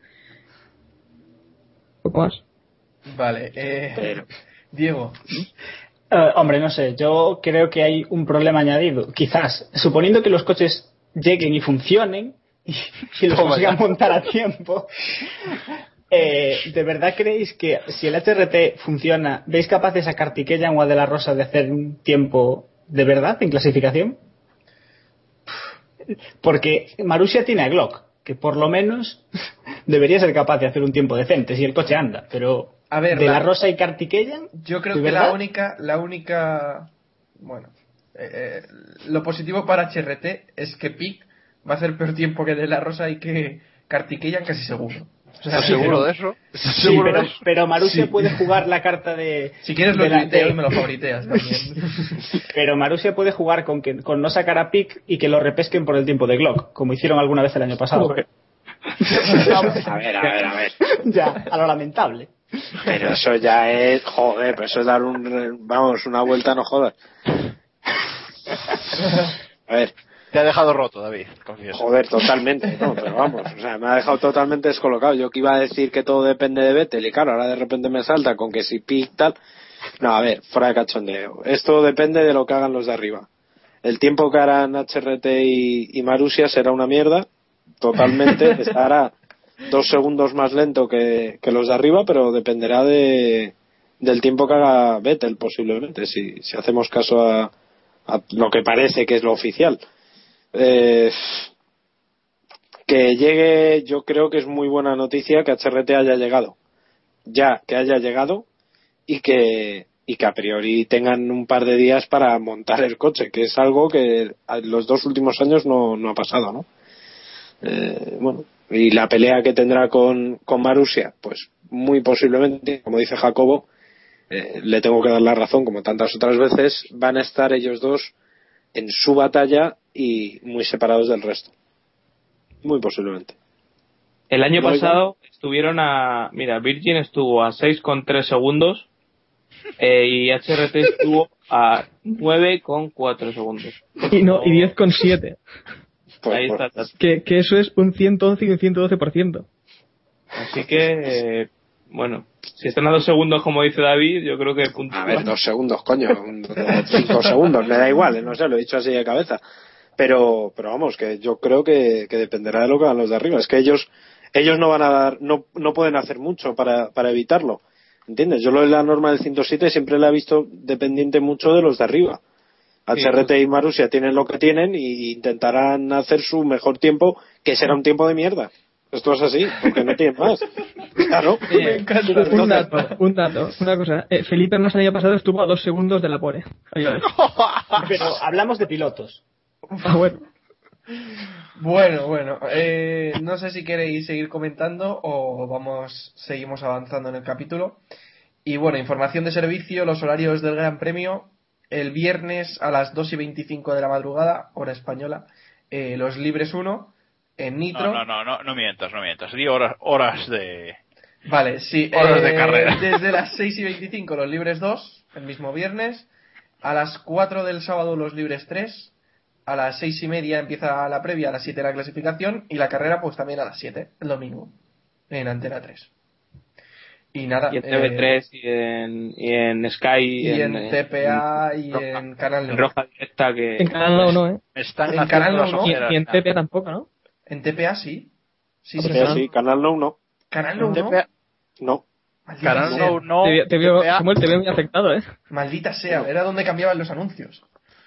poco más. Vale, eh, Diego. Uh, hombre, no sé, yo creo que hay un problema añadido. Quizás, suponiendo que los coches lleguen y funcionen y, y los consigan montar a tiempo, eh, ¿de verdad creéis que si el H R T funciona, veis capaces a Kartikeyan o a De La Rosa de hacer un tiempo de verdad en clasificación? Porque Marussia tiene a Glock, que por lo menos debería ser capaz de hacer un tiempo decente si el coche anda, pero... A ver, de la, la Rosa y Kartikeyan, yo creo que verdad? la única la única bueno eh, lo positivo para H R T es que Pic va a hacer peor tiempo que De La Rosa y que Kartikeyan, casi seguro. O sea, ¿Estás sí, seguro pero, de eso? ¿Estás sí, seguro pero, de eso? Pero Marussia sí. puede jugar la carta de... Si quieres lo tuiteo y me lo favoriteas también. Pero Marussia puede jugar con que con no sacar a Pic y que lo repesquen por el tiempo de Glock, como hicieron alguna vez el año pasado. a ver, a ver, a ver. Ya, a lo lamentable. Pero eso ya es, joder, pero eso es dar un, vamos, una vuelta, no jodas. A ver. Te ha dejado roto, David, confieso. Joder, totalmente, no, pero vamos, o sea, me ha dejado totalmente descolocado. Yo que iba a decir que todo depende de Vettel y claro, ahora de repente me salta con que si Pic tal. No, a ver, fuera de cachondeo. Esto depende de lo que hagan los de arriba. El tiempo que harán H R T y, y Marussia será una mierda, totalmente, estará dos segundos más lento que, que los de arriba, pero dependerá de del tiempo que haga Vettel posiblemente, si, si hacemos caso a, a lo que parece que es lo oficial. Eh, que llegue, yo creo que es muy buena noticia que H R T haya llegado, ya que haya llegado y que y que a priori tengan un par de días para montar el coche, que es algo que en los dos últimos años no, no ha pasado, ¿no? Eh, bueno, y la pelea que tendrá con, con Marussia, pues muy posiblemente, como dice Jacobo, eh, le tengo que dar la razón, como tantas otras veces, van a estar ellos dos en su batalla y muy separados del resto. Muy posiblemente. El año ¿No pasado igual? Estuvieron a... Mira, Virgin estuvo a seis coma tres segundos eh, y H R T estuvo a nueve coma cuatro segundos. Y no, y diez coma siete. Pues, Ahí está. Que, que eso es un ciento once y un ciento doce por ciento. Así que, eh, bueno, si están a dos segundos, como dice David, yo creo que... Punto a ver, dos segundos, coño, cinco segundos, me da igual, no sé, lo he dicho así de cabeza. Pero, pero vamos, que yo creo que, que dependerá de lo que hagan los de arriba. Es que ellos, ellos no van a dar, no, no pueden hacer mucho para, para evitarlo. ¿Entiendes? Yo lo de la norma del ciento siete siempre la he visto dependiente mucho de los de arriba. H R T y Marussia tienen lo que tienen y intentarán hacer su mejor tiempo, que será un tiempo de mierda. Esto es así, porque no tienen más. Claro. Me encanta. Un dato, un dato, una cosa. Eh, Felipe Massa el año pasado estuvo a dos segundos de la pole. Pero hablamos de pilotos. Ah, bueno. Bueno, bueno. Eh, no sé si queréis seguir comentando o vamos, seguimos avanzando en el capítulo. Y bueno, información de servicio, los horarios del Gran Premio. El viernes a las dos y veinticinco de la madrugada, hora española, eh, los libres uno en Nitro. No, no, no, no, no mientas, no mientas. Di horas, horas de... Vale, sí. Horas eh, de carrera. Desde las seis y veinticinco los libres dos, el mismo viernes. A las cuatro del sábado los libres tres. A las seis y media empieza la previa, a las siete la clasificación y la carrera pues también a las siete, el domingo, en Antena tres. Y nada. Y en T V tres eh, y, en, y en Sky. Y en, en T P A en, y en, en Canal nueve. En Roja Directa que... En Canal nueve no, ¿eh? Están en Canal nueve no. Y, y en T P A tampoco, ¿no? En T P A sí. Sí, sí, sí, sí. Canal nueve no. Canal nueve no. No. Maldita Canal nueve no. Te, te veo, Samuel, te veo muy afectado, ¿eh? Maldita sea, era donde cambiaban los anuncios.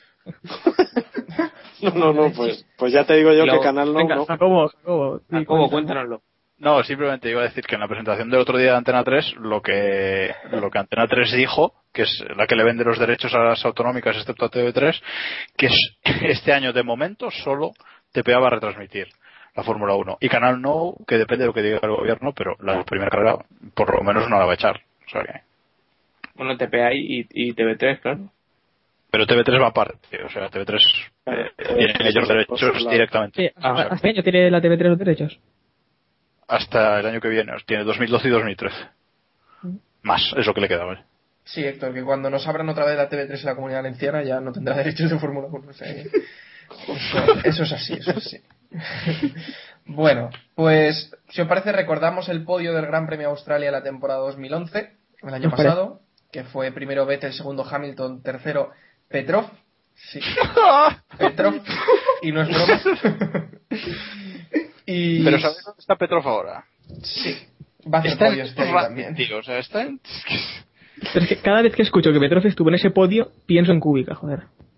no, no, no, pues, pues ya te digo yo Lo, que Canal nueve venga, no. Jacobo, Jacobo, Jacobo, cuéntanoslo. No, simplemente iba a decir que en la presentación del otro día de Antena tres, lo que lo que Antena tres dijo, que es la que le vende los derechos a las autonómicas, excepto a T V tres, que es, este año de momento solo T P A va a retransmitir la Fórmula uno. Y Canal No, que depende de lo que diga el gobierno, pero la primera carrera por lo menos no la va a echar. O sea que... Bueno, T P A y, y T V tres, claro. Pero T V tres va aparte, o sea, T V tres eh, tiene ellos derechos directamente. Sí, ¿hasta, ah, ¿Hasta qué año tiene la T V tres los derechos? Hasta el año que viene, tiene dos mil doce y dos mil trece. Mm. Más, es lo que le queda, ¿vale? Sí, Héctor, que cuando nos abran otra vez la T V tres en la Comunidad Valenciana ya no tendrá derechos de Fórmula uno. O sea, eso, eso es así, eso es así. Bueno, pues si os parece recordamos el podio del Gran Premio de Australia de la temporada dos mil once, el año pasado, que fue primero Vettel, segundo Hamilton, tercero Petrov. Sí. Petrov. Y no es broma. Y... Pero ¿sabes dónde está Petrov ahora? Sí. Va a hacer está podios en... también. Tío, o sea, está en... Pero es que cada vez que escucho que Petrov estuvo en ese podio, pienso en Kubica, joder.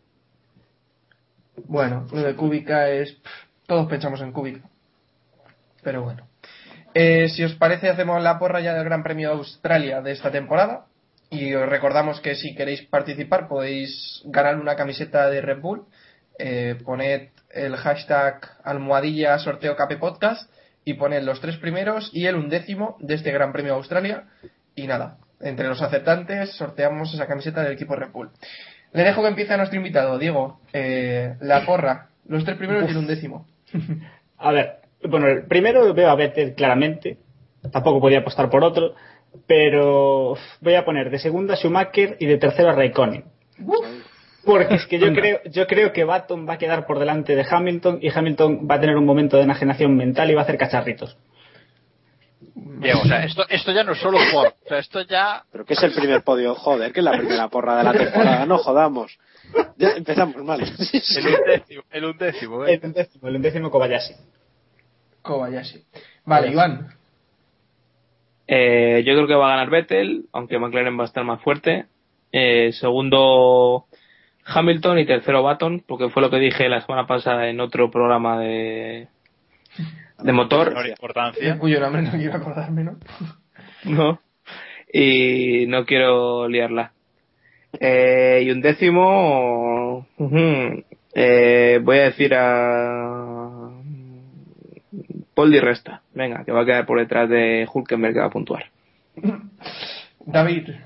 Bueno, lo de Kubica es... Todos pensamos en Kubica. Pero bueno. Eh, si os parece, hacemos la porra ya del Gran Premio de Australia de esta temporada. Y os recordamos que si queréis participar podéis ganar una camiseta de Red Bull. Eh, poned el hashtag almohadilla sorteo K P Podcast y poned los tres primeros y el undécimo de este Gran Premio de Australia. Y nada, entre los aceptantes sorteamos esa camiseta del equipo Red Bull. Le dejo que empiece a nuestro invitado, Diego. Eh, la porra, los tres primeros Uf. y el undécimo. A ver, bueno, el primero veo a Vettel claramente. Tampoco podía apostar por otro. Pero voy a poner de segunda a Schumacher y de tercero a Raikkonen. Porque es que yo creo, yo creo que Button va a quedar por delante de Hamilton y Hamilton va a tener un momento de enajenación mental y va a hacer cacharritos. Diego, o sea, esto, esto ya no es solo por, o sea, esto ya... Pero que es el primer podio, joder, que es la primera porra de la temporada, no jodamos. Ya empezamos mal. Sí, sí. El undécimo, el undécimo, ¿eh? El undécimo, el undécimo Kobayashi. Kobayashi. Vale, Iván. Eh, yo creo que va a ganar Vettel, aunque McLaren va a estar más fuerte. Eh, segundo Hamilton y tercero Button, porque fue lo que dije la semana pasada en otro programa de de motor. No importancia. En cuyo nombre no quiero acordarme, ¿no? No. Y no quiero liarla. Eh, y un décimo, uh-huh, eh, voy a decir a Paul Di Resta. Venga, que va a quedar por detrás de Hülkenberg, que va a puntuar. David.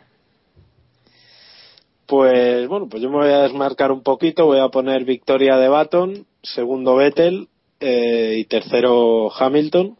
Pues bueno, pues yo me voy a desmarcar un poquito, voy a poner victoria de Button, segundo Vettel eh, y tercero Hamilton.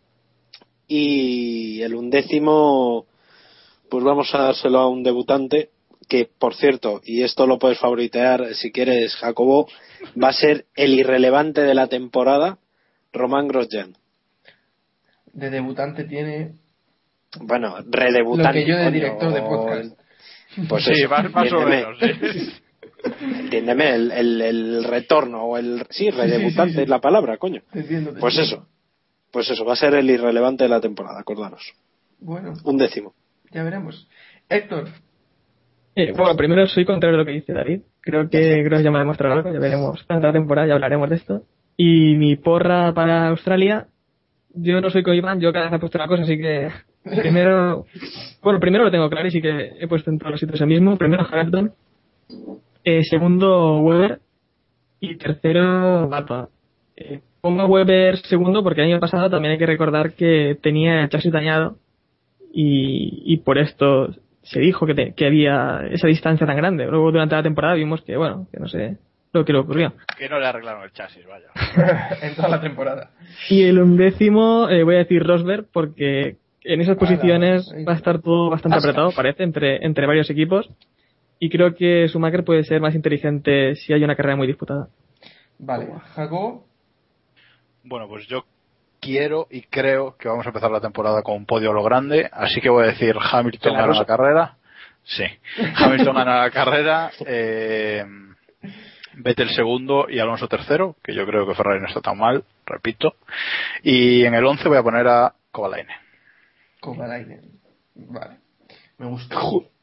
Y el undécimo, pues vamos a dárselo a un debutante, que por cierto, y esto lo puedes favoritear si quieres, Jacobo, va a ser el irrelevante de la temporada, Romain Grosjean. De debutante tiene... Bueno, redebutante. Lo que yo de director de podcast. Pues sí, eso, más, más o menos. ¿Sí? Entiéndeme, el, el, el retorno, o el... Sí, redebutante sí, sí, sí. es la palabra, coño. Te entiendo, te pues entiendo. eso. Pues eso, va a ser el irrelevante de la temporada, acordaros. Bueno. Un décimo. Ya veremos. Héctor. Eh, bueno, primero soy contrario a lo que dice David. Creo que Grosjean va a demostrar algo, ya veremos. Para la temporada ya hablaremos de esto. Y mi porra para Australia, yo no soy como Iván, yo cada vez he puesto una cosa, así que primero, bueno, primero lo tengo claro y sí que he puesto en todos los sitios el mismo. Primero Hamilton, eh, segundo Webber y tercero Button. Eh, pongo a Webber segundo porque el año pasado también hay que recordar que tenía el chasis dañado y, y por esto se dijo que, te, que había esa distancia tan grande. Luego durante la temporada vimos que, bueno, que no sé lo que le ocurrió. Que no le arreglaron el chasis, vaya. En toda la temporada. Y el undécimo, eh, voy a decir Rosberg, porque en esas posiciones ah, no, va a estar todo bastante Asca. apretado, parece, entre, entre varios equipos. Y creo que Schumacher puede ser más inteligente si hay una carrera muy disputada. Vale, Jacobo. Bueno, pues yo quiero y creo que vamos a empezar la temporada con un podio a lo grande, así que voy a decir Hamilton gana la carrera. Sí, Hamilton gana la carrera, eh, Vettel segundo y Alonso tercero, que yo creo que Ferrari no está tan mal, repito. Y en el once voy a poner a Kovalainen. Kovalainen, vale, me gusta.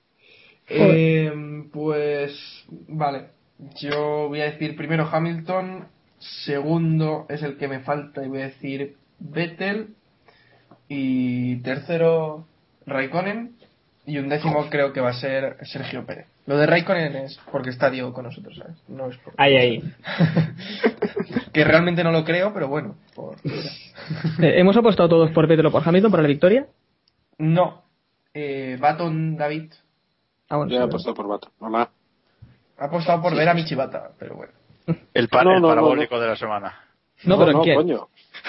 Eh, pues, vale, yo voy a decir primero Hamilton, segundo es el que me falta y voy a decir Vettel, y tercero Raikkonen, y un décimo creo que va a ser Sergio Pérez. Lo de Raikkonen es porque está Diego con nosotros, ¿sabes? No es por... Ahí, ahí. Que realmente no lo creo, pero bueno. Por... eh, ¿Hemos apostado todos por Vettel o por Hamilton para la victoria? No. Eh, Baton David. Ah, bueno, yo sí, he apostado por Baton. Hola. Ha apostado por sí. ver a Michibata, pero bueno. El, pa no, el no, parabólico no, no. de la semana. No, no pero no, ¿quién? coño.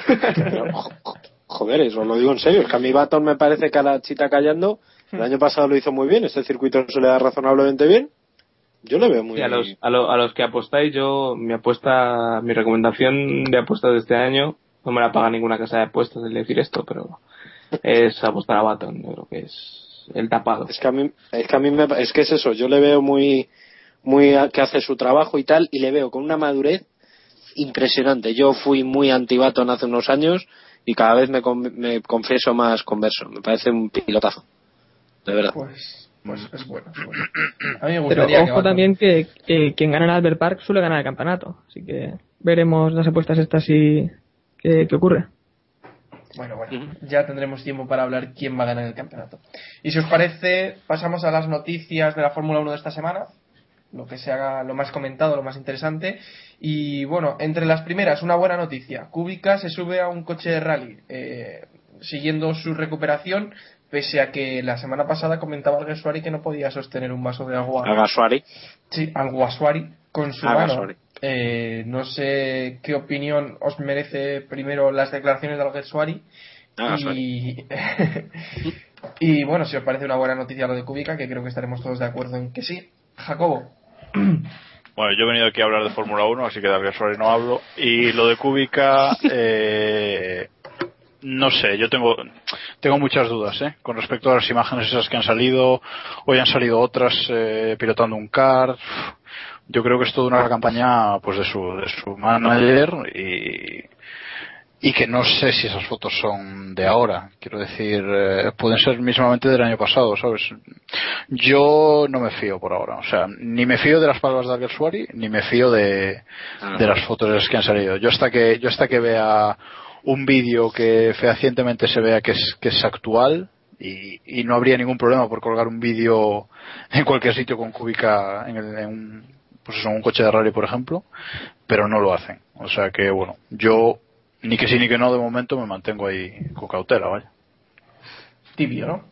Joder, eso lo digo en serio. Es que a mí Baton me parece que a la chita callando. El año pasado lo hizo muy bien. Este circuito se le da razonablemente bien. Yo le veo muy sí, a bien. los, a, lo, a los que apostáis, yo, mi apuesta, mi recomendación de apuestas de este año, no me la paga ninguna casa de apuestas el decir esto, pero es apostar a Baton. Yo creo que es el tapado. Es que a mí, es que a mí me, es que es eso. Yo le veo muy, muy a, que hace su trabajo y tal, y le veo con una madurez impresionante. Yo fui muy anti-Baton hace unos años y cada vez me, me confieso más converso. Me parece un pilotazo, de verdad. Pues, pues es bueno, es bueno. A mí me Pero gustaría ojo que también que, que quien gana en Albert Park suele ganar el campeonato, así que veremos las apuestas estas y qué, qué ocurre. Bueno, bueno, ya tendremos tiempo para hablar quién va a ganar el campeonato. Y si os parece, pasamos a las noticias de la Fórmula uno de esta semana, lo que se haga lo más comentado, lo más interesante. Y bueno, entre las primeras, una buena noticia. Kubica se sube a un coche de rally, eh, siguiendo su recuperación, pese a que la semana pasada comentaba Alguersuari que no podía sostener un vaso de agua. Alguersuari. Sí, Alguersuari con su mano. Eh, no sé qué opinión os merece primero las declaraciones de Alguersuari. Y, y bueno, si os parece una buena noticia lo de Kubica, que creo que estaremos todos de acuerdo en que sí. Jacobo. Bueno, yo he venido aquí a hablar de Fórmula uno, así que de Alguersuari no hablo. Y lo de Kubica, eh, no sé, yo tengo tengo muchas dudas, ¿eh? Con respecto a las imágenes esas que han salido. Hoy han salido otras eh, pilotando un kart. Yo creo que es toda una campaña pues de su de su manager y y que no sé si esas fotos son de ahora. Quiero decir, eh, pueden ser mismamente del año pasado, ¿sabes? Yo no me fío por ahora. O sea, ni me fío de las palabras de Alguersuari, ni me fío de, de las fotos que han salido. Yo hasta que yo hasta que vea un vídeo que fehacientemente se vea que es que es actual, y, y no habría ningún problema por colgar un vídeo en cualquier sitio con Kubica en, el, en un, pues eso, un coche de rally, por ejemplo, pero no lo hacen. O sea que, bueno, yo ni que sí ni que no de momento me mantengo ahí con cautela, vaya. Tibio, ¿no?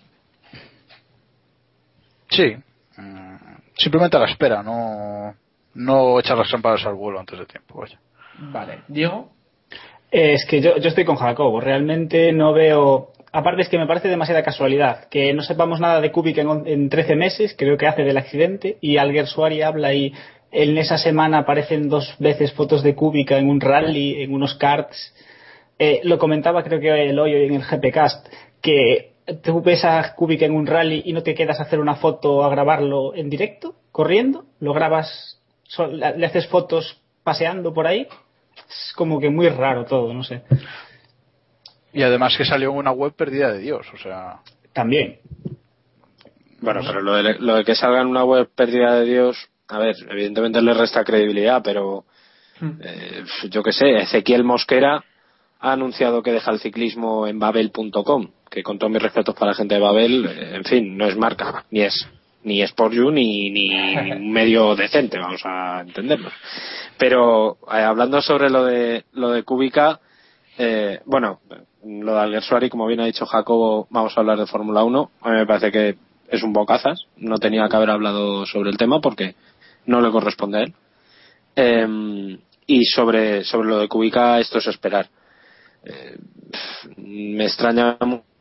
Sí, simplemente a la espera, no no echar las campanas al vuelo antes de tiempo, vaya. Vale, Diego. Eh, es que yo, yo estoy con Jacobo, realmente no veo. Aparte es que me parece demasiada casualidad que no sepamos nada de Kubica en, en trece meses, creo que hace del accidente, y Alguersuari habla y en esa semana aparecen dos veces fotos de Kubica en un rally, en unos karts. Eh, lo comentaba creo que el hoy en el G P Cast, que tú ves a Kubica en un rally y no te quedas a hacer una foto a grabarlo en directo, corriendo, lo grabas, le haces fotos paseando por ahí. Es como que muy raro todo, no sé. Y además que salió en una web perdida de Dios, o sea. También. Bueno, pero lo de, lo de que salga en una web perdida de Dios, a ver, evidentemente le resta credibilidad, pero eh, yo qué sé, Ezequiel Mosquera ha anunciado que deja el ciclismo en babel punto com, que con todos mis respetos para la gente de Babel, eh, en fin, no es marca, ni es ni Sport You ni, ni un medio decente, vamos a entendernos. Pero eh, hablando sobre lo de lo de Kubica, eh, bueno, lo de Alguersuari, como bien ha dicho Jacobo, vamos a hablar de Fórmula uno. A mí me parece que es un bocazas, no tenía que haber hablado sobre el tema porque no le corresponde a él. Eh, y sobre sobre lo de Kubica, esto es esperar. Eh, me extraña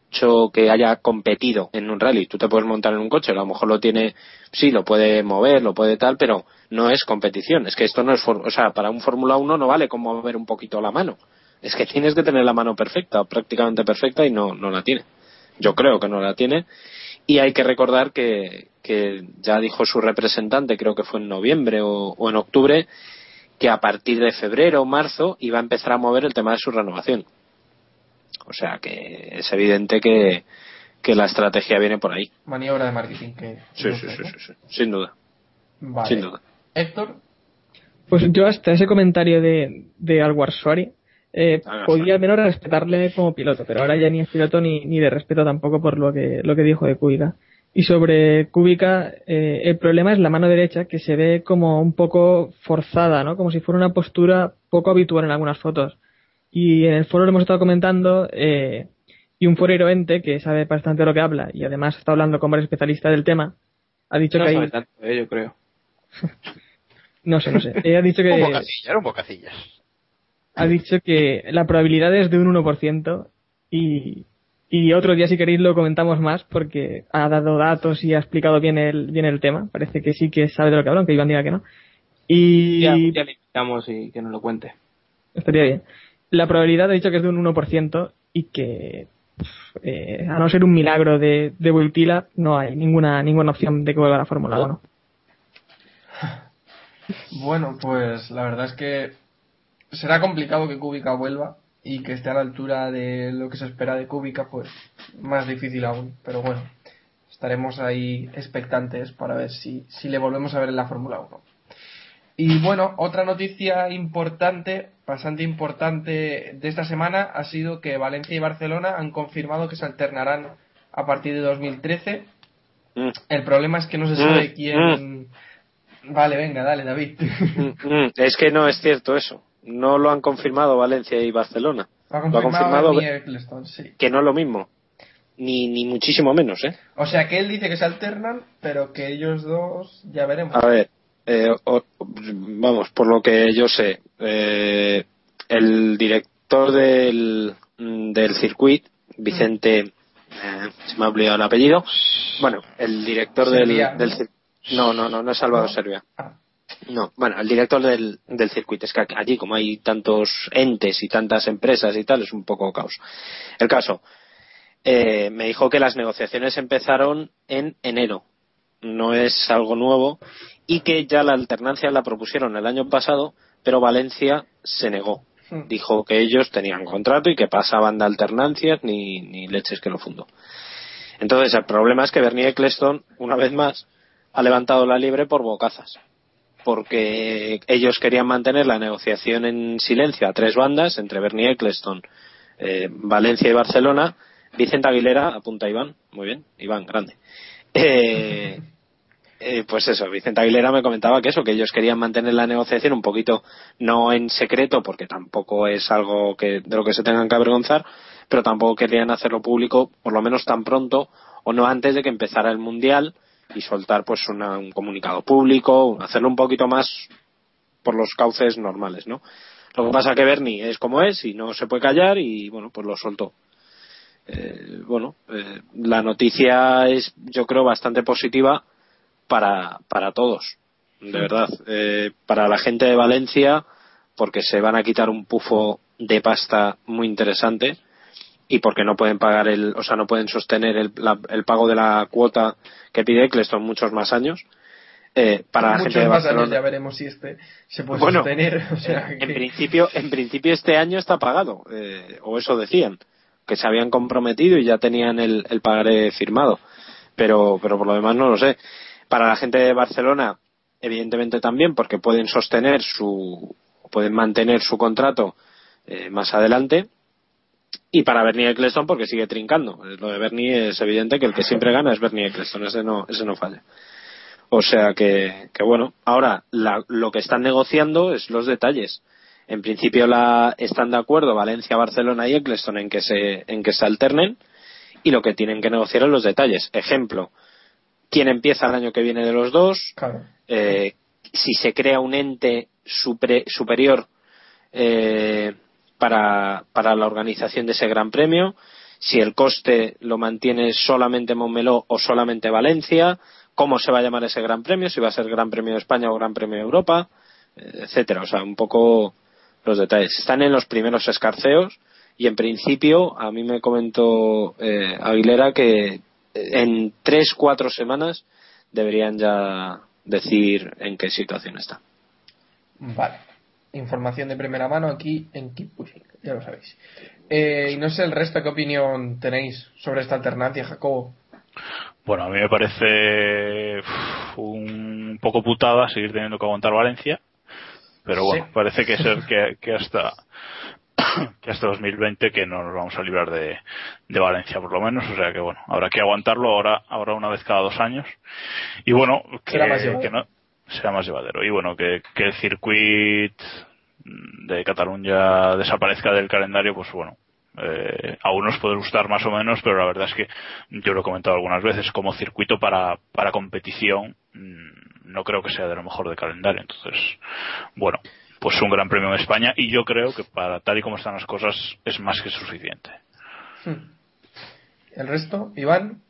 mucho que haya competido en un rally. Tú te puedes montar en un coche, a lo mejor lo tiene, sí, lo puede mover, lo puede tal, pero no es competición. Es que esto no es, for- o sea, para un Fórmula uno no vale con mover un poquito la mano. Es que tienes que tener la mano perfecta, prácticamente perfecta, y no, no la tiene. Yo creo que no la tiene. Y hay que recordar que, que ya dijo su representante, creo que fue en noviembre o, o en octubre, que a partir de febrero o marzo iba a empezar a mover el tema de su renovación. O sea que es evidente que, que la estrategia viene por ahí. Maniobra de marketing que... Sí, sí, sí, sí, sí, sin duda. Vale. Sin duda. Héctor. Pues yo hasta ese comentario de, de Alguersuari eh, Ah, podía al menos respetarle como piloto, pero ahora ya ni es piloto ni, ni de respeto tampoco por lo que, lo que dijo de Kubica. Y sobre Kubica, eh, el problema es la mano derecha, que se ve como un poco forzada, ¿no? Como si fuera una postura poco habitual en algunas fotos. Y en el foro lo hemos estado comentando, eh, y un forero ente que sabe bastante de lo que habla, y además está hablando con varios especialistas del tema, ha dicho No que sabe hay... tanto, eh, yo creo. No sé, no sé. Ella ha dicho que... Un bocacilla, era un bocacillas. Ha dicho que la probabilidad es de un uno por ciento y, y otro día si queréis lo comentamos más porque ha dado datos y ha explicado bien el, bien el tema. Parece que sí que sabe de lo que habla, aunque Iván diga que no. Y Ya, ya le invitamos y que nos lo cuente. estaría bien. La probabilidad ha dicho que es de un uno por ciento y que eh, a no ser un milagro de, de Wojtyla no hay ninguna ninguna opción de que vuelva a la Fórmula uno. Bueno, pues la verdad es que será complicado que Kubica vuelva y que esté a la altura de lo que se espera de Kubica, pues más difícil aún. Pero bueno, estaremos ahí expectantes para ver si, si le volvemos a ver en la Fórmula uno. Y bueno, otra noticia importante, bastante importante de esta semana ha sido que Valencia y Barcelona han confirmado que se alternarán a partir de dos mil trece. Mm. El problema es que no se sabe quién... Vale, venga, dale, David. Mm, mm. Es que no es cierto eso. No lo han confirmado Valencia y Barcelona. Lo ha Lo ha confirmado confirmado Bernie Ecclestone, sí. que no es lo mismo. Ni, ni muchísimo menos, ¿eh? O sea que él dice que se alternan, pero que ellos dos ya veremos. A ver, eh, o- vamos, por lo que yo sé, eh, el director del, del circuito, Vicente, eh, se me ha olvidado el apellido, bueno, el director del, Servia, del ¿no? cir- no, no, no, no es Salvador ¿No? Servia. Ah. No, bueno, el director del, del circuito, es que allí como hay tantos entes y tantas empresas y tal, es un poco caos. El caso, eh, me dijo que las negociaciones empezaron en enero, no es algo nuevo, y que ya la alternancia la propusieron el año pasado, pero Valencia se negó. Hmm. Dijo que ellos tenían contrato y que pasaban de alternancias ni, ni leches que lo fundó. Entonces el problema es que Bernie Ecclestone, una vez más, ha levantado la liebre por bocazas, porque ellos querían mantener la negociación en silencio a tres bandas, entre Bernie Ecclestone, eh, Valencia y Barcelona. Vicente Aguilera, apunta Iván, muy bien, Iván, grande. Eh, eh, pues eso, Vicente Aguilera me comentaba que eso, que ellos querían mantener la negociación un poquito, no en secreto, porque tampoco es algo que de lo que se tengan que avergonzar, pero tampoco querían hacerlo público, por lo menos tan pronto, o no antes de que empezara el Mundial, y soltar pues una, un comunicado público, hacerlo un poquito más por los cauces normales, ¿no? Lo que pasa que Bernie es como es y no se puede callar y bueno, pues lo soltó. Eh, bueno, eh, la noticia es, yo creo, bastante positiva para, para todos, de verdad. Eh, para la gente de Valencia, porque se van a quitar un pufo de pasta muy interesante y porque no pueden pagar el, o sea, no pueden sostener el, la, el pago de la cuota que pide Ecclestone muchos más años. Eh, para la Muchos gente de más Barcelona, años ya veremos si este se puede bueno, sostener. O sea, en que... principio, en principio este año está pagado, eh, o eso decían, que se habían comprometido y ya tenían el, el pagaré firmado, pero, pero por lo demás no lo sé. Para la gente de Barcelona, evidentemente también, porque pueden sostener su, pueden mantener su contrato eh, más adelante. Y para Bernie Ecclestone porque sigue trincando. Lo de Bernie es evidente que el que siempre gana es Bernie Ecclestone, ese no, ese no falla. O sea que, que bueno, ahora la, lo que están negociando es los detalles. En principio la, están de acuerdo Valencia, Barcelona y Ecclestone en que se, en que se alternen, y lo que tienen que negociar es los detalles. Ejemplo, quién empieza el año que viene de los dos, Claro. eh, si se crea un ente supre, superior eh, para, para la organización de ese gran premio, si el coste lo mantiene solamente Montmeló o solamente Valencia, cómo se va a llamar ese Gran Premio, si va a ser Gran Premio de España o Gran Premio de Europa, etcétera. O sea, un poco los detalles. Están en los primeros escarceos y en principio a mí me comentó eh, Aguilera que en tres, cuatro semanas deberían ya decir en qué situación está. Vale. Información de primera mano aquí en Keep Pushing, ya lo sabéis. Eh, y no sé el resto, ¿qué opinión tenéis sobre esta alternancia, Jacobo? Bueno, a mí me parece uf, un poco putada seguir teniendo que aguantar Valencia, pero bueno, sí. Parece que ser que, que hasta que hasta dos mil veinte que no nos vamos a librar de, de Valencia por lo menos, o sea que bueno, habrá que aguantarlo ahora ahora una vez cada dos años y bueno, que, será más que no será más llevadero y bueno, que, que el circuito de Cataluña desaparezca del calendario, pues bueno, eh, a unos puede gustar más o menos, pero la verdad es que yo lo he comentado algunas veces, como circuito para, para competición no creo que sea de lo mejor de calendario, entonces bueno, pues un Gran Premio en España y yo creo que para tal y como están las cosas es más que suficiente. ¿El resto, Iván?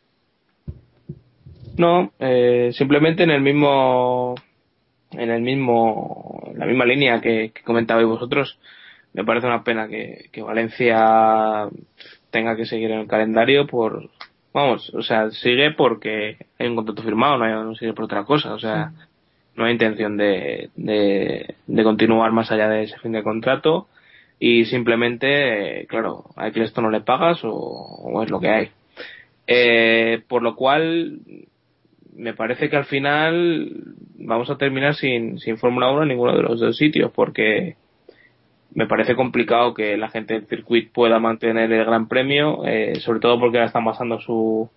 No, eh, simplemente en el mismo en el mismo en la misma línea que, que comentabais vosotros, me parece una pena que, que Valencia tenga que seguir en el calendario por vamos, o sea, sigue porque hay un contrato firmado, no, hay, no sigue por otra cosa, o sea, sí. No hay intención de, de, de continuar más allá de ese fin de contrato y simplemente, eh, claro, a esto no le pagas o, o es lo que hay. Eh, por lo cual, me parece que al final vamos a terminar sin, sin Fórmula uno en ninguno de los dos sitios porque me parece complicado que la gente del circuito pueda mantener el Gran Premio, eh, sobre todo porque ahora están basando su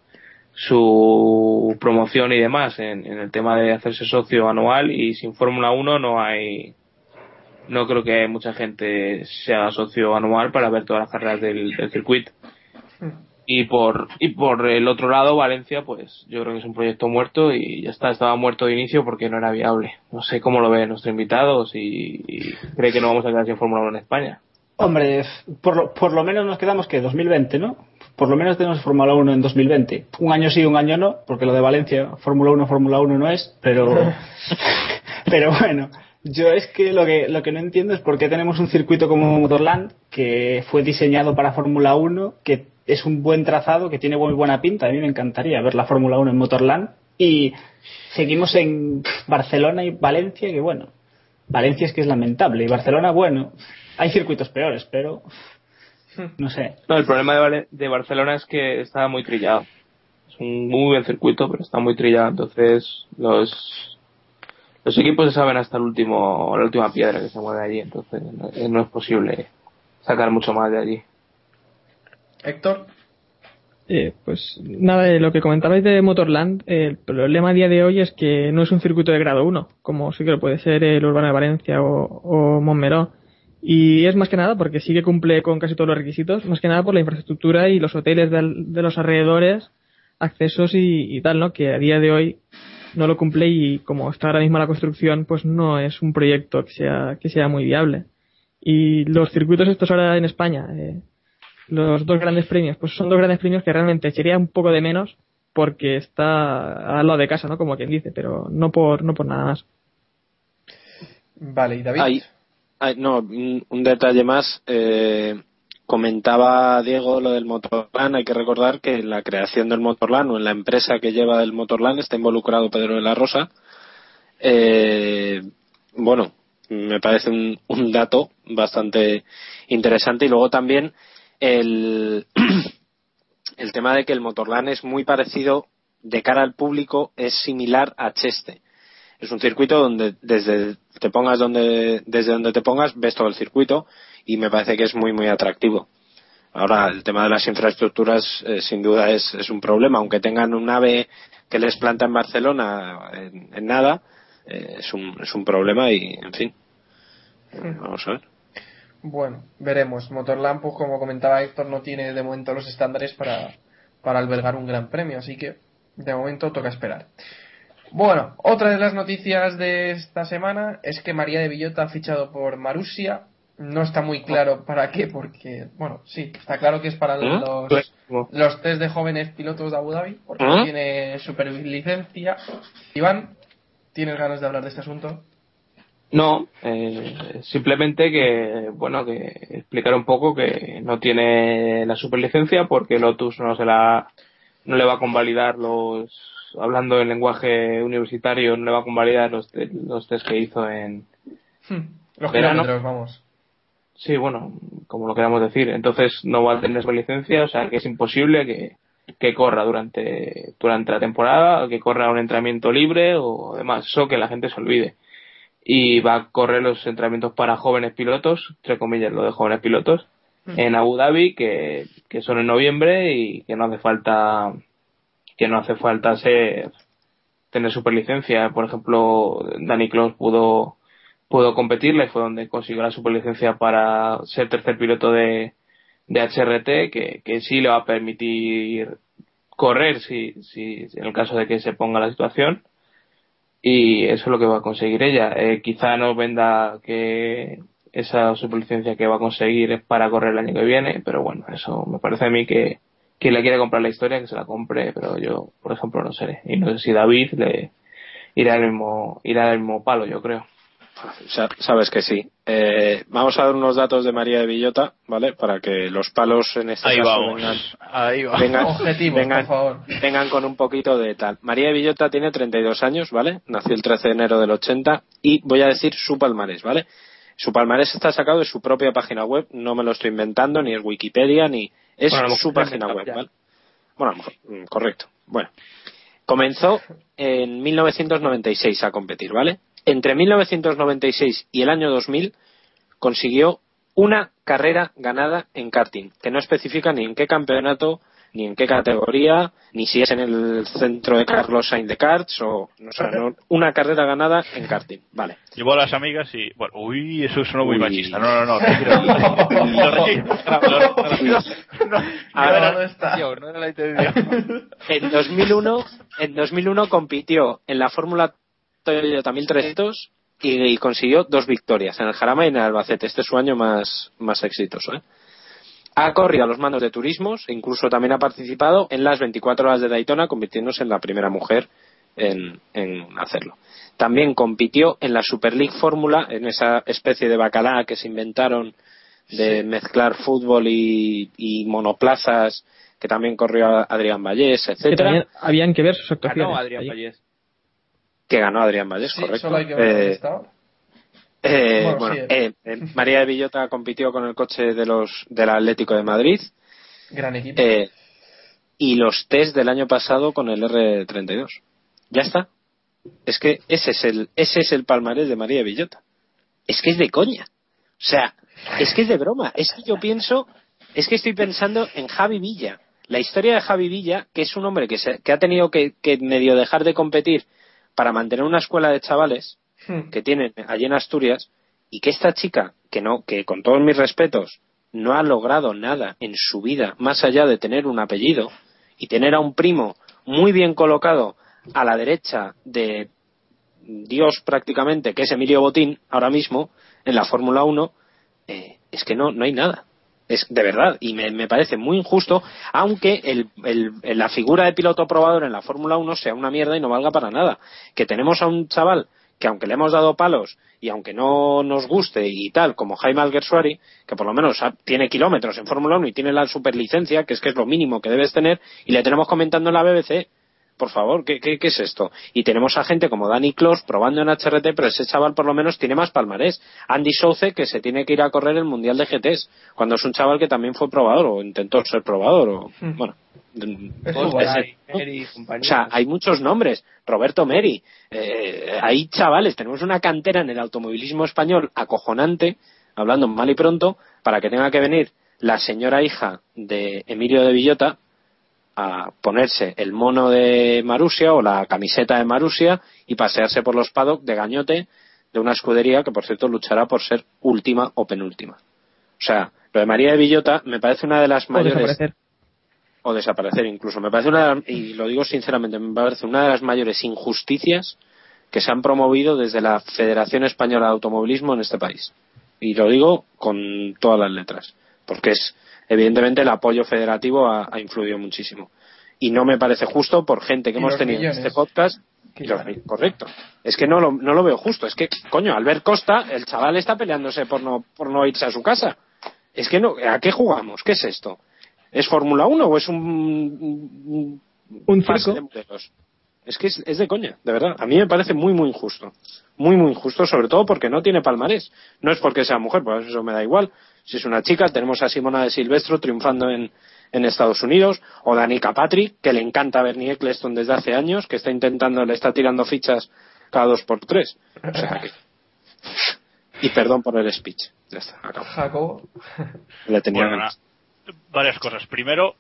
su promoción y demás en, en el tema de hacerse socio anual y sin Fórmula uno no hay no creo que mucha gente sea socio anual para ver todas las carreras del, del circuito y por y por el otro lado Valencia pues yo creo que es un proyecto muerto y ya está, estaba muerto de inicio porque no era viable. No sé cómo lo ve nuestro invitado, si, si cree que no vamos a quedar sin Fórmula uno en España. Hombre, por lo, por lo menos nos quedamos que dos mil veinte, ¿no? Por lo menos tenemos Fórmula uno en dos mil veinte. Un año sí, un año no, porque lo de Valencia, Fórmula uno, Fórmula uno no es, pero pero bueno, yo es que lo que lo que no entiendo es por qué tenemos un circuito como Motorland, que fue diseñado para Fórmula uno, que es un buen trazado, que tiene muy buena pinta. A mí me encantaría ver la Fórmula uno en Motorland, y seguimos en Barcelona y Valencia, que bueno, Valencia es que es lamentable, y Barcelona, bueno, hay circuitos peores, pero no sé. No, el problema de, Vale- de Barcelona es que está muy trillado. Es un muy buen circuito, pero está muy trillado. Entonces, los los equipos se saben hasta el último la última piedra que se mueve allí. Entonces, no, no es posible sacar mucho más de allí. Héctor. Eh, pues nada, de lo que comentabais de Motorland, eh, el problema a día de hoy es que no es un circuito de grado uno, como sí que lo puede ser el Urbano de Valencia o, o Montmeló. Y es más que nada porque sí que cumple con casi todos los requisitos, más que nada por la infraestructura y los hoteles de, de los alrededores, accesos y, y tal, ¿no? Que a día de hoy no lo cumple, y como está ahora mismo la construcción, pues no es un proyecto que sea que sea muy viable. Y los circuitos estos ahora en España, eh, los dos grandes premios, pues son dos grandes premios que realmente echaría un poco de menos porque está al lado de casa, ¿no? Como quien dice, pero no por no por nada más. Vale, ¿y David? Ay, ay, no, un, un detalle más. Eh, comentaba Diego lo del Motorland. Hay que recordar que en la creación del Motorland, o en la empresa que lleva el Motorland, está involucrado Pedro de la Rosa. Eh, bueno, me parece un, un dato bastante interesante. Y luego también el, el tema de que el Motorland es muy parecido de cara al público, es similar a Cheste. Es un circuito donde desde te pongas donde desde donde te pongas ves todo el circuito, y me parece que es muy muy atractivo. Ahora el tema de las infraestructuras eh, sin duda es, es un problema, aunque tengan un AVE que les planta en Barcelona en, en nada, eh, es un es un problema y en fin, eh, vamos a ver. Bueno, veremos. Motorland, pues como comentaba Héctor, no tiene de momento los estándares para, para albergar un gran premio, así que de momento toca esperar. Bueno, otra de las noticias de esta semana es que María de Villota ha fichado por Marussia, no está muy claro para qué, porque, bueno, sí, está claro que es para ¿Eh? los, los test de jóvenes pilotos de Abu Dhabi, porque ¿Eh? tiene superlicencia. Iván, ¿tienes ganas de hablar de este asunto? No, eh, simplemente que, bueno, que explicar un poco que no tiene la superlicencia porque Lotus no se la, no le va a convalidar los, hablando en lenguaje universitario, no le va a convalidar los, te- los test que hizo en Los verano. kilómetros, vamos. Sí, bueno, como lo queramos decir. Entonces no va a tener superlicencia, o sea que es imposible que, que corra durante, durante la temporada, o que corra un entrenamiento libre o demás, eso que la gente se olvide. Y va a correr los entrenamientos para jóvenes pilotos, entre comillas lo de jóvenes pilotos, en Abu Dhabi, que, que son en noviembre y que no hace falta que no hace falta ser tener superlicencia. Por ejemplo, Danny Close pudo pudo competirla y fue donde consiguió la superlicencia para ser tercer piloto de, de H R T, que, que sí le va a permitir correr si, si en el caso de que se ponga la situación. Y eso es lo que va a conseguir ella. Eh, quizá no venda que esa superlicencia que va a conseguir es para correr el año que viene, pero bueno, eso me parece a mí que quien le quiere comprar la historia, que se la compre, pero yo, por ejemplo, no sé. Y no sé si David le irá al mismo, irá al mismo palo, yo creo. Sa- Sabes que sí. Eh, vamos a dar unos datos de María de Villota, ¿vale? Para que los palos en este Ahí caso vamos. vengan, Ahí vamos. vengan, Objetivos, vengan, por favor. vengan con un poquito de tal. María de Villota tiene treinta y dos años, ¿vale? Nació el trece de enero del ochenta y voy a decir su palmarés, ¿vale? Su palmarés está sacado de su propia página web, no me lo estoy inventando, ni es Wikipedia, ni es Bueno, a lo su mejor página ya. web, ¿vale? Bueno, a lo mejor, mm, correcto. Bueno, comenzó en mil novecientos noventa y seis a competir, ¿vale? Entre mil novecientos noventa y seis y el año dos mil consiguió una carrera ganada en karting, que no especifica ni en qué campeonato, ni en qué categoría, ni si es en el centro de Carlos Sainz de Karts o, o sea, no, una carrera ganada en karting, vale. Llevó a las amigas y, bueno, uy, eso suena muy Uy. machista. No, no, no, retiro. Lo retiro. Lo retiro. No, A ver, ¿dónde está? no, no era la intención. En dos mil uno, en dos mil uno compitió en la Fórmula Toyota mil trescientos y, y consiguió dos victorias en el Jarama y en el Albacete. Este es su año más, más exitoso, ¿eh? Ha corrido a los mandos de turismos e incluso también ha participado en las veinticuatro horas de Daytona, convirtiéndose en la primera mujer en, en hacerlo. También compitió en la Super League Fórmula, en esa especie de bacalá que se inventaron de Sí. mezclar fútbol y, y monoplazas, que también corrió Adrián Vallés, Que etcétera. también habían que ver sus Ah, actuaciones. no, Adrián allí. Vallés. Que ganó Adrián Vallés, Sí, correcto. solo hay que ver dónde Eh, estaba. eh, Bueno, bueno, sí. eh, eh, María de Villota compitió con el coche de los del Atlético de Madrid Gran equipo. eh, y los test del año pasado con el R treinta y dos. Ya está. Es que ese es el ese es el palmarés de María de Villota. Es que es de coña. O sea, es que es de broma. Es que yo pienso, es que estoy pensando en Javi Villa. La historia de Javi Villa, que es un hombre que, se, que ha tenido que, que medio dejar de competir para mantener una escuela de chavales Hmm. que tienen allí en Asturias, y que esta chica, que no, que con todos mis respetos, no ha logrado nada en su vida más allá de tener un apellido y tener a un primo muy bien colocado a la derecha de Dios prácticamente, que es Emilio Botín ahora mismo en la Fórmula uno, eh, es que no, no hay nada. Es de verdad, y me, me parece muy injusto, aunque el, el, la figura de piloto probador en la Fórmula uno sea una mierda y no valga para nada. Que tenemos a un chaval que, aunque le hemos dado palos y aunque no nos guste y tal, como Jaime Alguersuari, que por lo menos ha, tiene kilómetros en Fórmula uno y tiene la superlicencia, que es que es lo mínimo que debes tener, y le tenemos comentando en la B B C. Por favor, ¿qué, qué, ¿qué es esto? Y tenemos a gente como Danny Close probando en H R T, pero ese chaval por lo menos tiene más palmarés. Andy Souce, que se tiene que ir a correr el Mundial de G Ts, cuando es un chaval que también fue probador, o intentó ser probador, o Hmm. bueno. Es o, igual. ese, ¿no? Mary, O sea, hay muchos nombres. Roberto Meri, eh, hay chavales, tenemos una cantera en el automovilismo español acojonante, hablando mal y pronto, para que tenga que venir la señora hija de Emilio de Villota a ponerse el mono de Marussia o la camiseta de Marussia y pasearse por los paddock de gañote de una escudería que, por cierto, luchará por ser última o penúltima. O sea, lo de María de Villota me parece una de las O mayores... desaparecer. O desaparecer incluso. Me parece una, y lo digo sinceramente, me parece una de las mayores injusticias que se han promovido desde la Federación Española de Automovilismo en este país. y lo digo con todas las letras, porque es evidentemente el apoyo federativo ha, ha influido muchísimo. Y no me parece justo por gente que hemos tenido millones en este podcast. Los, correcto. Es que no lo, no lo veo justo. Es que, coño, Albert Costa, el chaval está peleándose por no, por no irse a su casa. Es que no, ¿a qué jugamos? ¿Qué es esto? ¿Es Fórmula uno o es un, un, un circo de modelos? Es que es, es de coña, de verdad. A mí me parece muy, muy injusto. Muy, muy injusto, sobre todo porque no tiene palmarés. No es porque sea mujer, pues eso me da igual. Si es una chica, tenemos a Simona de Silvestro triunfando en, en Estados Unidos, o Danica Patrick, que le encanta a Bernie Eccleston desde hace años, que está intentando, le está tirando fichas cada dos por tres. O sea que... Y perdón por el speech. Ya está, acabo. Jacobo. Le tenía bueno, ganas. Varias cosas. Primero,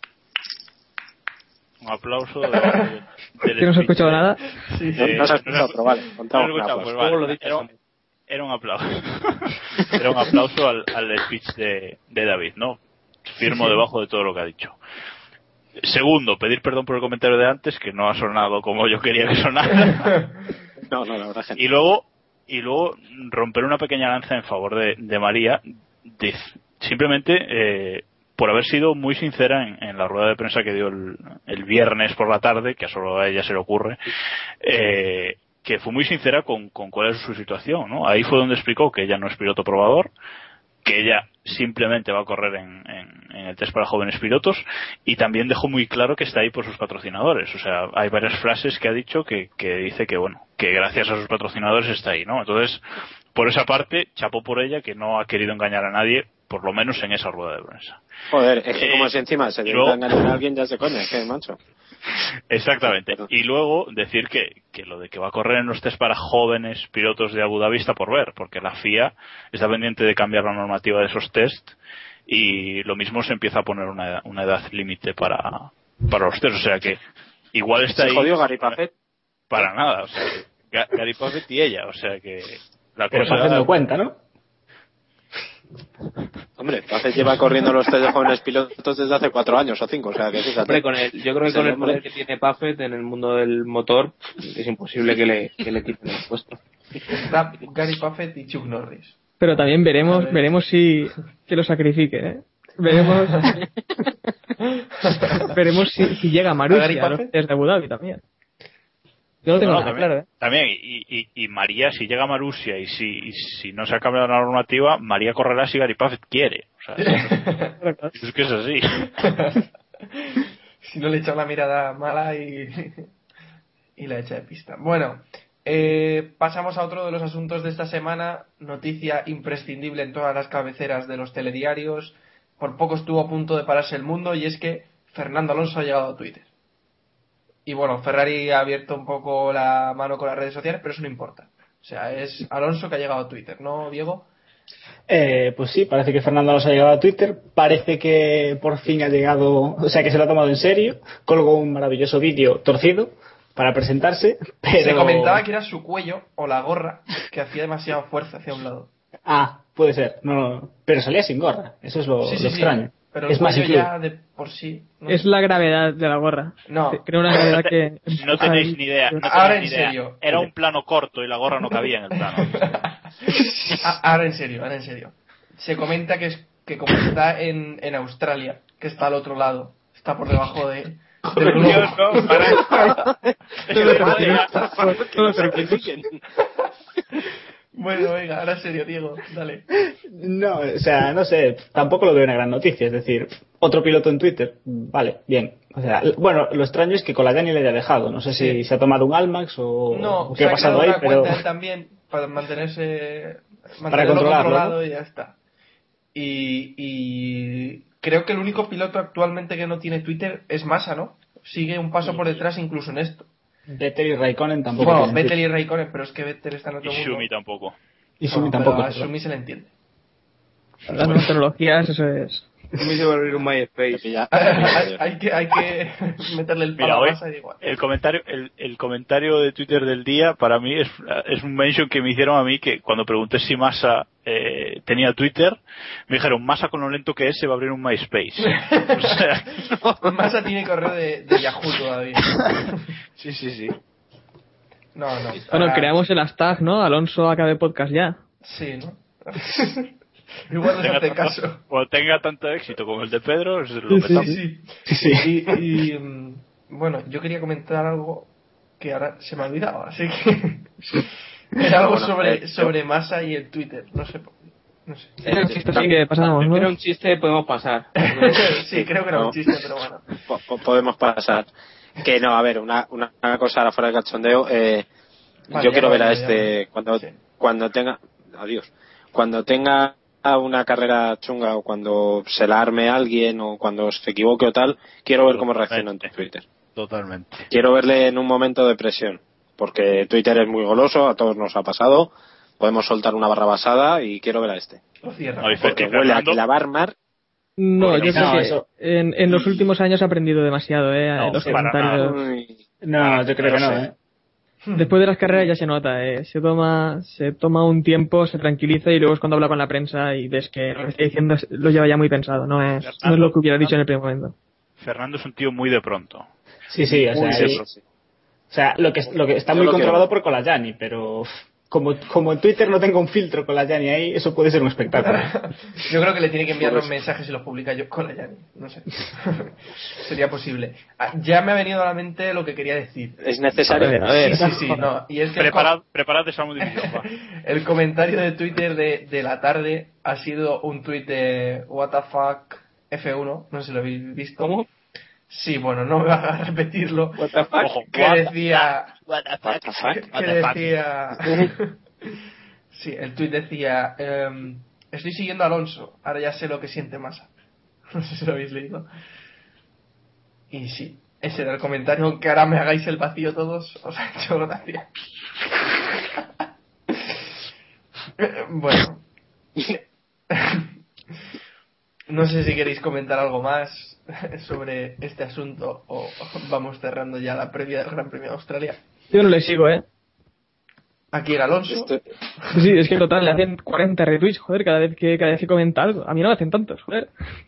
un aplauso. De, de, del ¿Que no se ha escuchado nada? Sí, sí. No se ha escuchado, pero vale. Contamos. No escuchado, pues vale. Era, un, era un aplauso. Era un aplauso al, al speech de, de David, ¿no? Firmo sí, sí. debajo de todo lo que ha dicho. Segundo, pedir perdón por el comentario de antes, que no ha sonado como yo quería que sonara. No, no, la verdad que no. Y luego, y luego romper una pequeña lanza en favor de, de María, de, simplemente eh, por haber sido muy sincera en, en la rueda de prensa que dio el, el viernes por la tarde, que a solo a ella se le ocurre, eh, que fue muy sincera con, con cuál es su situación, ¿no? Ahí fue donde explicó que ella no es piloto probador, que ella simplemente va a correr en, en, en el test para jóvenes pilotos, y también dejó muy claro que está ahí por sus patrocinadores. O sea, hay varias frases que ha dicho que, que dice que, bueno, que gracias a sus patrocinadores está ahí, ¿no? Entonces, por esa parte, chapó por ella, que no ha querido engañar a nadie, por lo menos en esa rueda de prensa. Joder, es que eh, como si encima se luego... intenta engañar a alguien, ya se coña, que macho. Exactamente. Y luego decir que, que lo de que va a correr en los test para jóvenes pilotos de Abu Dhabi está por ver, porque la F I A está pendiente de cambiar la normativa de esos test, y lo mismo se empieza a poner una, una edad límite para, para los test. O sea que igual está ¿Se ahí. jodió Gary Puffett? Para nada. O sea, Gary Puffett y ella. O sea que la Pero cosa Puffett no cuenta, ¿no? Hombre, Puffett lleva corriendo los test de jóvenes pilotos desde hace cuatro años o cinco, o sea que fíjate. Hombre, con el, yo creo que con el poder que tiene Puffett en el mundo del motor es imposible que le, que le quiten el puesto. Está Gary Puffett y Chuck Norris. Pero también veremos veremos si que lo sacrifiquen, ¿eh? Veremos veremos si, si llega Marussia a los test de Abu Dhabi también. Yo lo tengo no, nada también, claro, ¿eh? También, y, y, y María, si llega Marussia y si, y si no se ha cambiado la normativa, María correrá si Gary Puffett quiere. O sea, es, es que es así. Si no le echa una mirada mala y, y la echa de pista. Bueno, eh, pasamos a otro de los asuntos de esta semana. Noticia imprescindible en todas las cabeceras de los telediarios. Por poco estuvo a punto de pararse el mundo, y es que Fernando Alonso ha llegado a Twitter. Y bueno, Ferrari ha abierto un poco la mano con las redes sociales, pero eso no importa. O sea, es Alonso que ha llegado a Twitter, ¿no, Diego? Eh, pues sí, parece que Fernando Alonso ha llegado a Twitter. Parece que por fin ha llegado, o sea, que se lo ha tomado en serio. Colgó un maravilloso vídeo torcido para presentarse, pero... Se comentaba que era su cuello o la gorra que hacía demasiada fuerza hacia un lado. Ah, puede ser. No, pero salía sin gorra. Eso es lo, sí, sí, lo extraño. Sí. Pero es el más cuello ya de por sí... No es sé. la gravedad de la gorra. No. Creo una gravedad que... No tenéis ni idea. No tenéis Ahora ni en idea. serio. Era un plano corto y la gorra no cabía en el plano. Ahora en serio, ahora en serio. Se comenta que es que como está en, en Australia, que está al otro lado, está por debajo de... del globo. Dios, no, para... Bueno, venga, ahora en serio, Diego, dale. No, o sea, no sé, tampoco lo veo una gran noticia. Es decir, otro piloto en Twitter, vale, bien. O sea, bueno, lo extraño es que Colagani le haya dejado. No sé si sí. se ha tomado un Almax o, no, o qué ha pasado ahí, una pero... cuenta él también para mantenerse... Para controlarlo, controlado, ¿no? Y ya está. Y, y creo que el único piloto actualmente que no tiene Twitter es Massa, ¿no? Sigue un paso por detrás incluso en esto. Vettel y Raikkonen tampoco. Bueno, Vettel y Raikkonen, pero es que Vettel está en otro y mundo. Y Shumi tampoco. Y Shumi bueno, tampoco. Pero a Shumi se le entiende. Las nuevas tecnologías, eso es... Shumi se va a abrir un MySpace. hay, hay, que, hay que meterle el palo a Massa y igual. El comentario, el, el comentario de Twitter del día para mí es, es un mention que me hicieron a mí, que cuando pregunté si Massa eh, tenía Twitter, me dijeron: Massa con lo lento que es se va a abrir un MySpace. O sea, no. Massa tiene correo de, de Yahoo todavía. Sí, sí, sí. No, no. Bueno, ahora... creamos el hashtag, ¿no? Alonso acabe podcast ya. Sí, ¿no? Igual nos tenga hace tanto, caso. o tenga tanto éxito como el de Pedro, es lo Sí, petamos. sí, sí. sí, sí. Y, y, mm, bueno, yo quería comentar algo que ahora se me ha olvidado, así que era algo Bueno, sobre, eh, sobre Massa y el Twitter, no sé. No sé. Era un chiste así que pasamos, ¿no? Era un chiste, podemos pasar. Sí, creo que era No. un chiste, pero bueno. Po- po- podemos pasar. Que no, a ver, una, una, una cosa ahora fuera de cachondeo. Eh, Vale, yo ya quiero me ver a voy, ya me este voy. cuando Sí. cuando tenga. Adiós. Cuando tenga una carrera chunga o cuando se la arme alguien o cuando se equivoque o tal, quiero ver cómo reacciona en Twitter. Totalmente. Quiero verle en un momento de presión. Porque Twitter es muy goloso, a todos nos ha pasado. Podemos soltar una barra basada y quiero ver a este. Lo cierra. No, y Fer- Porque y huele a Fernando- que la va a armar. No, Bueno, yo creo no, que eso- en, en los últimos años ha aprendido demasiado, ¿eh? No, los para comentarios. Uy, No, yo creo que no, sé. ¿eh? Después de las carreras ya se nota, ¿eh? Se toma, se toma un tiempo, se tranquiliza y luego es cuando habla con la prensa y ves que lo que está diciendo es- lo lleva ya muy pensado, no es, no es lo que hubiera dicho en el primer momento. Fernando es un tío muy de pronto. Sí, sí, o sea, Uy, sí, ahí- eso sí. o sea, lo que, lo que está Yo muy lo controlado quiero. por Colayani, pero como, como en Twitter no tengo un filtro Colayani ahí, eso puede ser un espectáculo. Yo creo que le tiene que enviar Por los eso. mensajes y los publica yo con la Yanni. No sé. Sería posible. Ah, ya me ha venido a la mente lo que quería decir. Es necesario. A ver, a ver. Sí, sí, sí. No. Y es que el, Preparad, preparad esa munición, va. com- el comentario de Twitter de, de la tarde ha sido un tweet de what the fuck F uno. No sé si lo habéis visto. ¿Cómo? Sí, bueno, no me va a repetirlo. What the fuck? Ojo, Que what- decía... What the fuck? What the fuck? que decía... Sí, el tuit decía... em, estoy siguiendo a Alonso, ahora ya sé lo que siente Massa. No sé si lo habéis leído. Y sí, ese era el comentario. Aunque ahora me hagáis el vacío todos, os ha hecho gracia. Eh, Bueno. No sé si queréis comentar algo más sobre este asunto o vamos cerrando ya la previa del Gran Premio de Australia. Yo no le sigo, ¿eh? Aquí era Alonso. Este- Sí, es que en total le hacen cuarenta retweets, joder, cada vez que, cada vez que comenta algo. A mí no me hacen tantos, joder.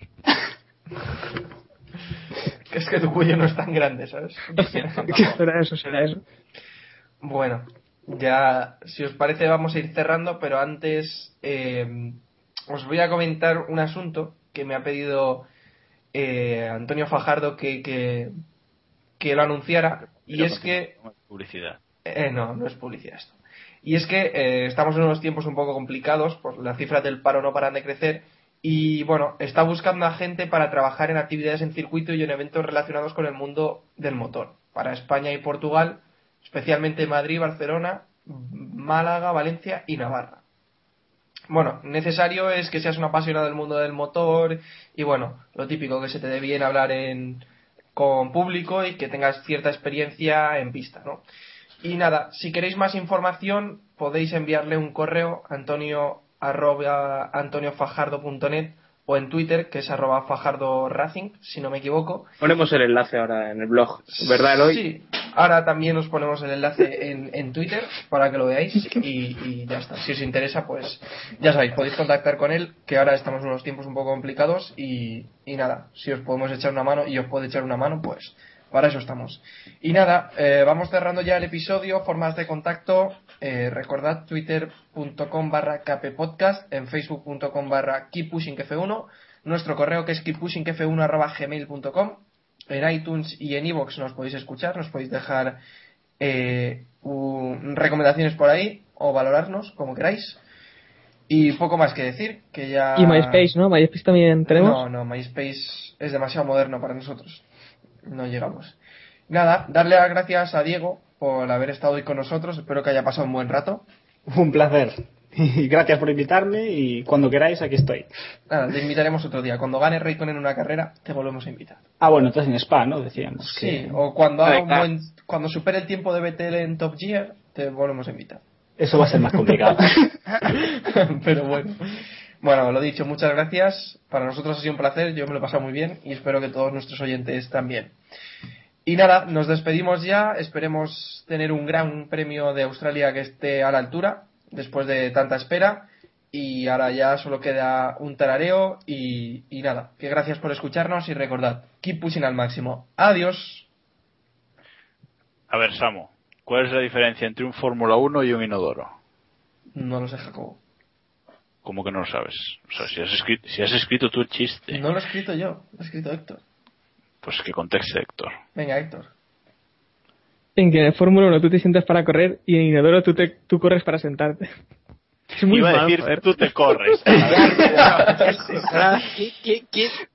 Que es que tu cuello no es tan grande, ¿sabes? será eso, será eso. Bueno, ya, si os parece, vamos a ir cerrando, pero antes eh, os voy a comentar un asunto que me ha pedido eh, Antonio Fajardo que, que, que lo anunciara, y Pero es que... no es publicidad. Eh, no, no es publicidad esto. Y es que eh, estamos en unos tiempos un poco complicados, pues las cifras del paro no paran de crecer, y bueno, está buscando a gente para trabajar en actividades en circuito y en eventos relacionados con el mundo del motor, para España y Portugal, especialmente Madrid, Barcelona, Málaga, Valencia y Navarra. Bueno, necesario es que seas un apasionado del mundo del motor y bueno, lo típico, que se te dé bien hablar en, con público y que tengas cierta experiencia en pista, ¿no? Y nada, si queréis más información podéis enviarle un correo a antonio arroba antoniofajardo punto net o en Twitter, que es arroba fajardo racing, si no me equivoco. Ponemos el enlace ahora en el blog, ¿verdad, Eloy? Sí, ahora también os ponemos el enlace en, en Twitter para que lo veáis y, y ya está. Si os interesa, pues ya sabéis, podéis contactar con él, que ahora estamos en unos tiempos un poco complicados y, y nada, si os podemos echar una mano y os puede echar una mano, pues para eso estamos. Y nada, eh, vamos cerrando ya el episodio, formas de contacto, eh, recordad twitter.com barra kppodcast, en facebook.com barra keeppushingf uno, nuestro correo que es keeppushingf uno arroba gmail punto com, en iTunes y en iVoox nos podéis escuchar, nos podéis dejar eh, un, recomendaciones por ahí o valorarnos como queráis. Y poco más que decir, que ya... Y MySpace, ¿no? MySpace también tenemos. No, no, MySpace es demasiado moderno para nosotros. No llegamos. Nada, darle las gracias a Diego por haber estado hoy con nosotros. Espero que haya pasado un buen rato. Un placer. Y gracias por invitarme y cuando queráis aquí estoy. Nada, te invitaremos otro día. Cuando gane Raikkonen en una carrera, te volvemos a invitar. Ah, bueno, entonces en Spa, ¿no? Decíamos. Sí, que... o cuando haga un Venga. buen, cuando supere el tiempo de Vettel en Top Gear, te volvemos a invitar. Eso va a ser más complicado. Pero bueno. Bueno, lo dicho, muchas gracias. Para nosotros ha sido un placer, yo me lo he pasado muy bien y espero que todos nuestros oyentes también. Y nada, nos despedimos ya. Esperemos tener un gran premio de Australia que esté a la altura después de tanta espera. Y ahora ya solo queda un tarareo y, y nada, que gracias por escucharnos y recordad, keep pushing al máximo. Adiós. A ver, Samu, ¿cuál es la diferencia entre un Fórmula uno y un inodoro? No lo sé, Jacobo. ¿Cómo que no lo sabes? O sea, si has escrito, si has escrito tú el chiste. No lo he escrito yo, lo ha escrito Héctor. Pues que conteste, Héctor. Venga, Héctor. En que en Fórmula uno tú te sientas para correr y en Inodoro tú, te, tú corres para sentarte. Es muy Iba mal, a decir, joder. tú te corres. ¿Qué, qué, qué,